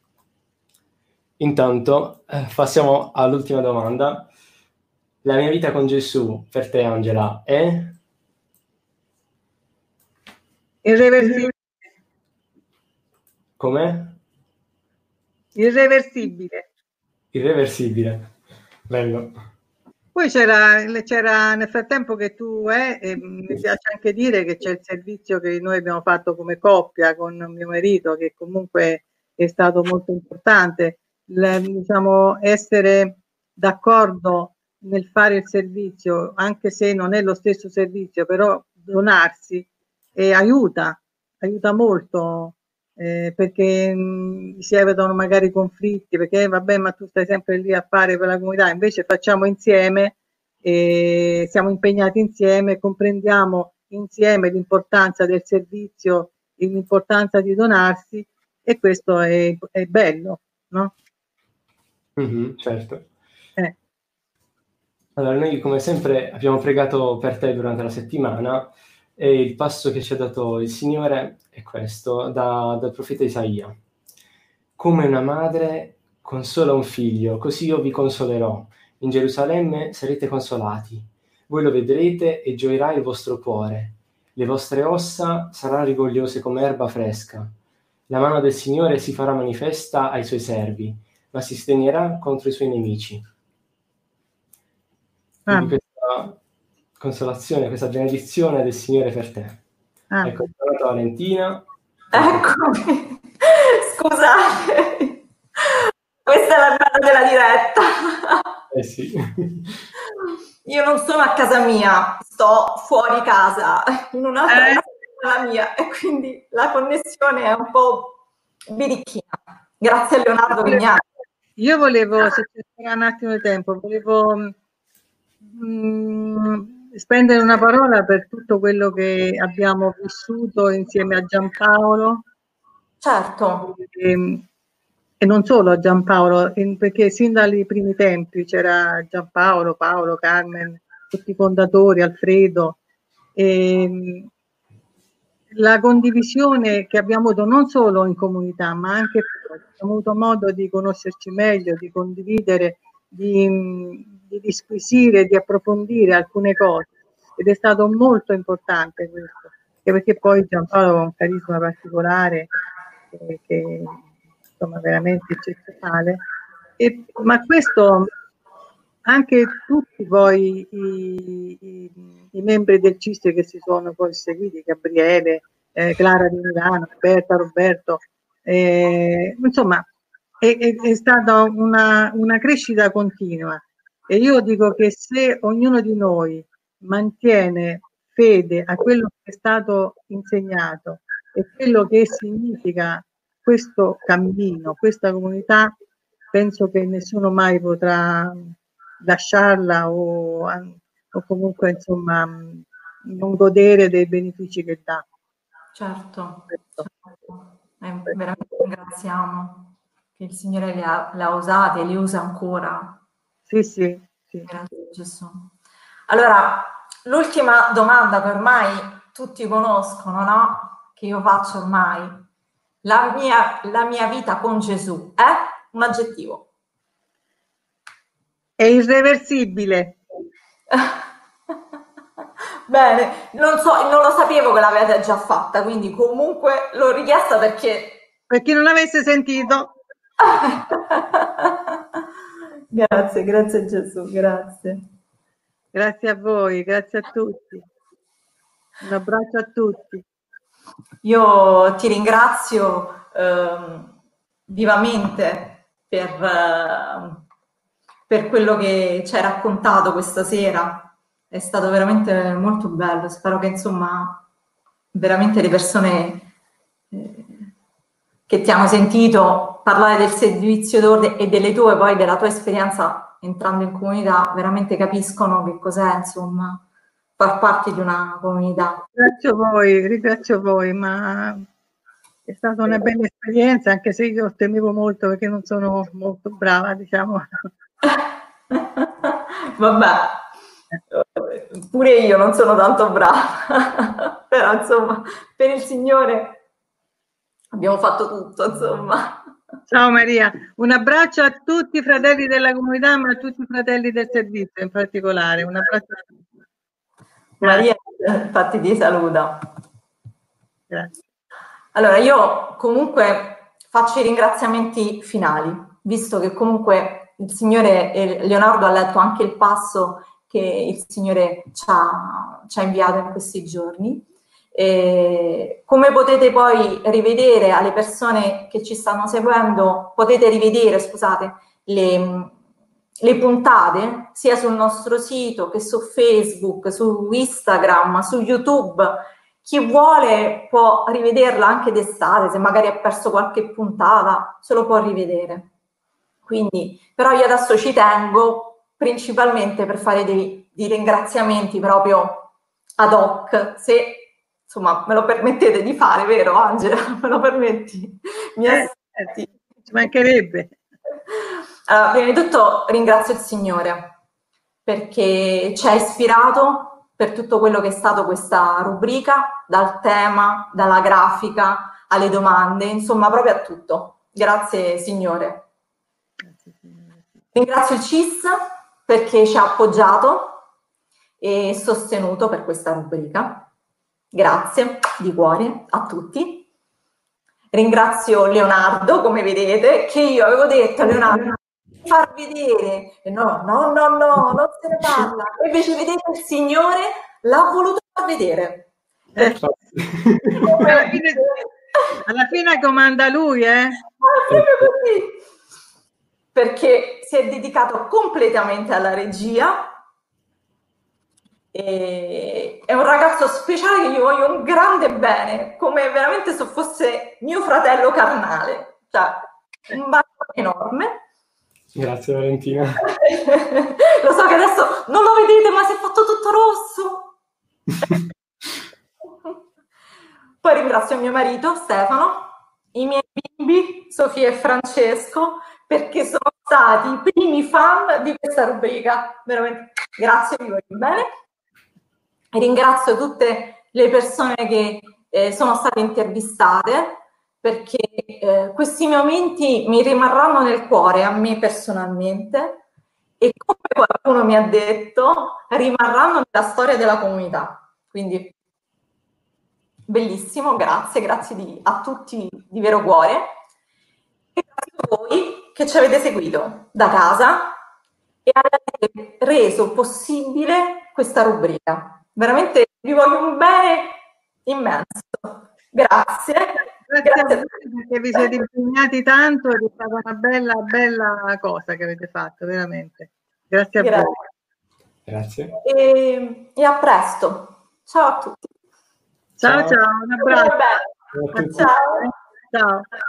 Intanto eh, passiamo all'ultima domanda. La mia vita con Gesù, per te Angela, è? Irreversibile. Com'è? Irreversibile. Irreversibile. Bello. Poi c'era, c'era nel frattempo che tu è, e mi piace anche dire che c'è il servizio che noi abbiamo fatto come coppia con mio marito, che comunque è stato molto importante, il, diciamo, essere d'accordo nel fare il servizio, anche se non è lo stesso servizio, però donarsi e aiuta, aiuta molto. Eh, perché mh, si evitano magari conflitti, perché eh, vabbè, ma tu stai sempre lì a fare per la comunità, invece facciamo insieme, e siamo impegnati insieme, comprendiamo insieme l'importanza del servizio, l'importanza di donarsi e questo è, è bello, no? Mm-hmm, certo. Eh. Allora, noi come sempre abbiamo pregato per te durante la settimana e il passo che ci ha dato il Signore è questo, da, dal profeta Isaia. Come una madre consola un figlio, così io vi consolerò. In Gerusalemme sarete consolati. Voi lo vedrete e gioirà il vostro cuore. Le vostre ossa saranno rigogliose come erba fresca. La mano del Signore si farà manifesta ai suoi servi, ma si stegnerà contro i suoi nemici. Quindi Ah, questa consolazione, questa benedizione del Signore per te. ah. Ecco, tornata Valentina. Eccomi, scusate, questa è la durata della diretta. Eh sì. Io non sono a casa mia, sto fuori casa, in un'altra Eh, casa della mia, e quindi la connessione è un po' birichina. Grazie a Leonardo Vignali. io volevo, se ci sarà un attimo di tempo, volevo mh, spendere una parola per tutto quello che abbiamo vissuto insieme a Giampaolo. Certo. E, e non solo a Giampaolo, in, perché sin dai primi tempi c'era Giampaolo, Paolo, Carmen, tutti i fondatori, Alfredo. E, la condivisione che abbiamo avuto non solo in comunità, ma anche fuori. Abbiamo avuto modo di conoscerci meglio, di condividere, di, di disquisire, di approfondire alcune cose. Ed è stato molto importante questo, anche perché poi Giampaolo ha un carisma particolare che, che insomma veramente eccezionale. E, ma questo anche tutti poi i, i, i membri del C I S che si sono poi seguiti, Gabriele, eh, Clara di Milano, Roberta, Roberto, eh, insomma è, è, è stata una, una crescita continua e io dico che se ognuno di noi mantiene fede a quello che è stato insegnato e quello che significa questo cammino, questa comunità, penso che nessuno mai potrà lasciarla o, o comunque insomma non godere dei benefici che dà. Certo, Questo. certo. E veramente ringraziamo che il Signore le ha, le ha usate e li usa ancora. Sì, sì, sì. Grazie Gesù. Allora, l'ultima domanda che ormai tutti conoscono, no? Che io faccio ormai. La mia, la mia vita con Gesù è un aggettivo. È irreversibile. Bene, non so, non lo sapevo che l'avete già fatta, quindi comunque l'ho richiesta perché... Per chi non l'avesse sentito. Grazie, grazie Gesù, grazie. Grazie a voi, grazie a tutti. Un abbraccio a tutti. Io ti ringrazio eh, vivamente per, eh, per quello che ci hai raccontato questa sera. È stato veramente molto bello. Spero che insomma veramente le persone eh, che ti hanno sentito parlare del servizio d'ordine e delle tue, poi della tua esperienza entrando in comunità, veramente capiscono che cos'è, insomma, far parte di una comunità. Ringrazio voi, ringrazio voi, ma è stata una bella esperienza, anche se io temevo molto perché non sono molto brava, diciamo. Vabbè, pure io non sono tanto brava, però insomma, per il Signore abbiamo fatto tutto, insomma. Ciao Maria, un abbraccio a tutti i fratelli della comunità, ma a tutti i fratelli del servizio in particolare. Un abbraccio a tutti. Maria, infatti ti saluta. Grazie. Allora, io comunque faccio i ringraziamenti finali, visto che comunque il Signore, e Leonardo ha letto anche il passo che il Signore ci ha, ci ha inviato in questi giorni. E come potete poi rivedere alle persone che ci stanno seguendo, potete rivedere, scusate, le, le puntate sia sul nostro sito che su Facebook, su Instagram, su YouTube. Chi vuole può rivederla anche d'estate, se magari ha perso qualche puntata, se lo può rivedere. Quindi, però io adesso ci tengo principalmente per fare dei, dei ringraziamenti proprio ad hoc, se insomma me lo permettete di fare, vero Angela? Me lo permetti? Mi eh, eh, ci mancherebbe. Allora, prima di tutto ringrazio il Signore perché ci ha ispirato per tutto quello che è stato questa rubrica, dal tema, dalla grafica, alle domande, insomma proprio a tutto. Grazie Signore. Ringrazio il C I S perché ci ha appoggiato e sostenuto per questa rubrica. Grazie di cuore a tutti. Ringrazio Leonardo, come vedete, che io avevo detto a Leonardo far vedere, no, no, no, no, non se ne parla. E invece vedete il Signore l'ha voluto far vedere. Eh, alla, fine, alla fine comanda lui, eh? Ah, proprio così. Perché si è dedicato completamente alla regia. E è un ragazzo speciale che io voglio un grande bene, come veramente se fosse mio fratello carnale, cioè un bacio enorme. Grazie Valentina. Lo so che adesso non lo vedete, ma si è fatto tutto rosso. Poi ringrazio mio marito Stefano, i miei bimbi Sofia e Francesco, perché sono stati i primi fan di questa rubrica. Veramente grazie, vi voglio bene. Ringrazio tutte le persone che eh, sono state intervistate, perché eh, questi momenti mi rimarranno nel cuore, a me personalmente, e come qualcuno mi ha detto, rimarranno nella storia della comunità. Quindi bellissimo, grazie, grazie di, a tutti di vero cuore. E grazie a voi che ci avete seguito da casa e avete reso possibile questa rubrica. Veramente vi voglio un bene immenso. Grazie. Grazie, grazie a voi perché vi siete impegnati tanto ed è stata una bella, bella cosa che avete fatto, veramente. Grazie a grazie. voi. Grazie. E, e a presto. Ciao a tutti. Ciao, ciao, ciao, un abbraccio. Ciao. Ciao. Ciao.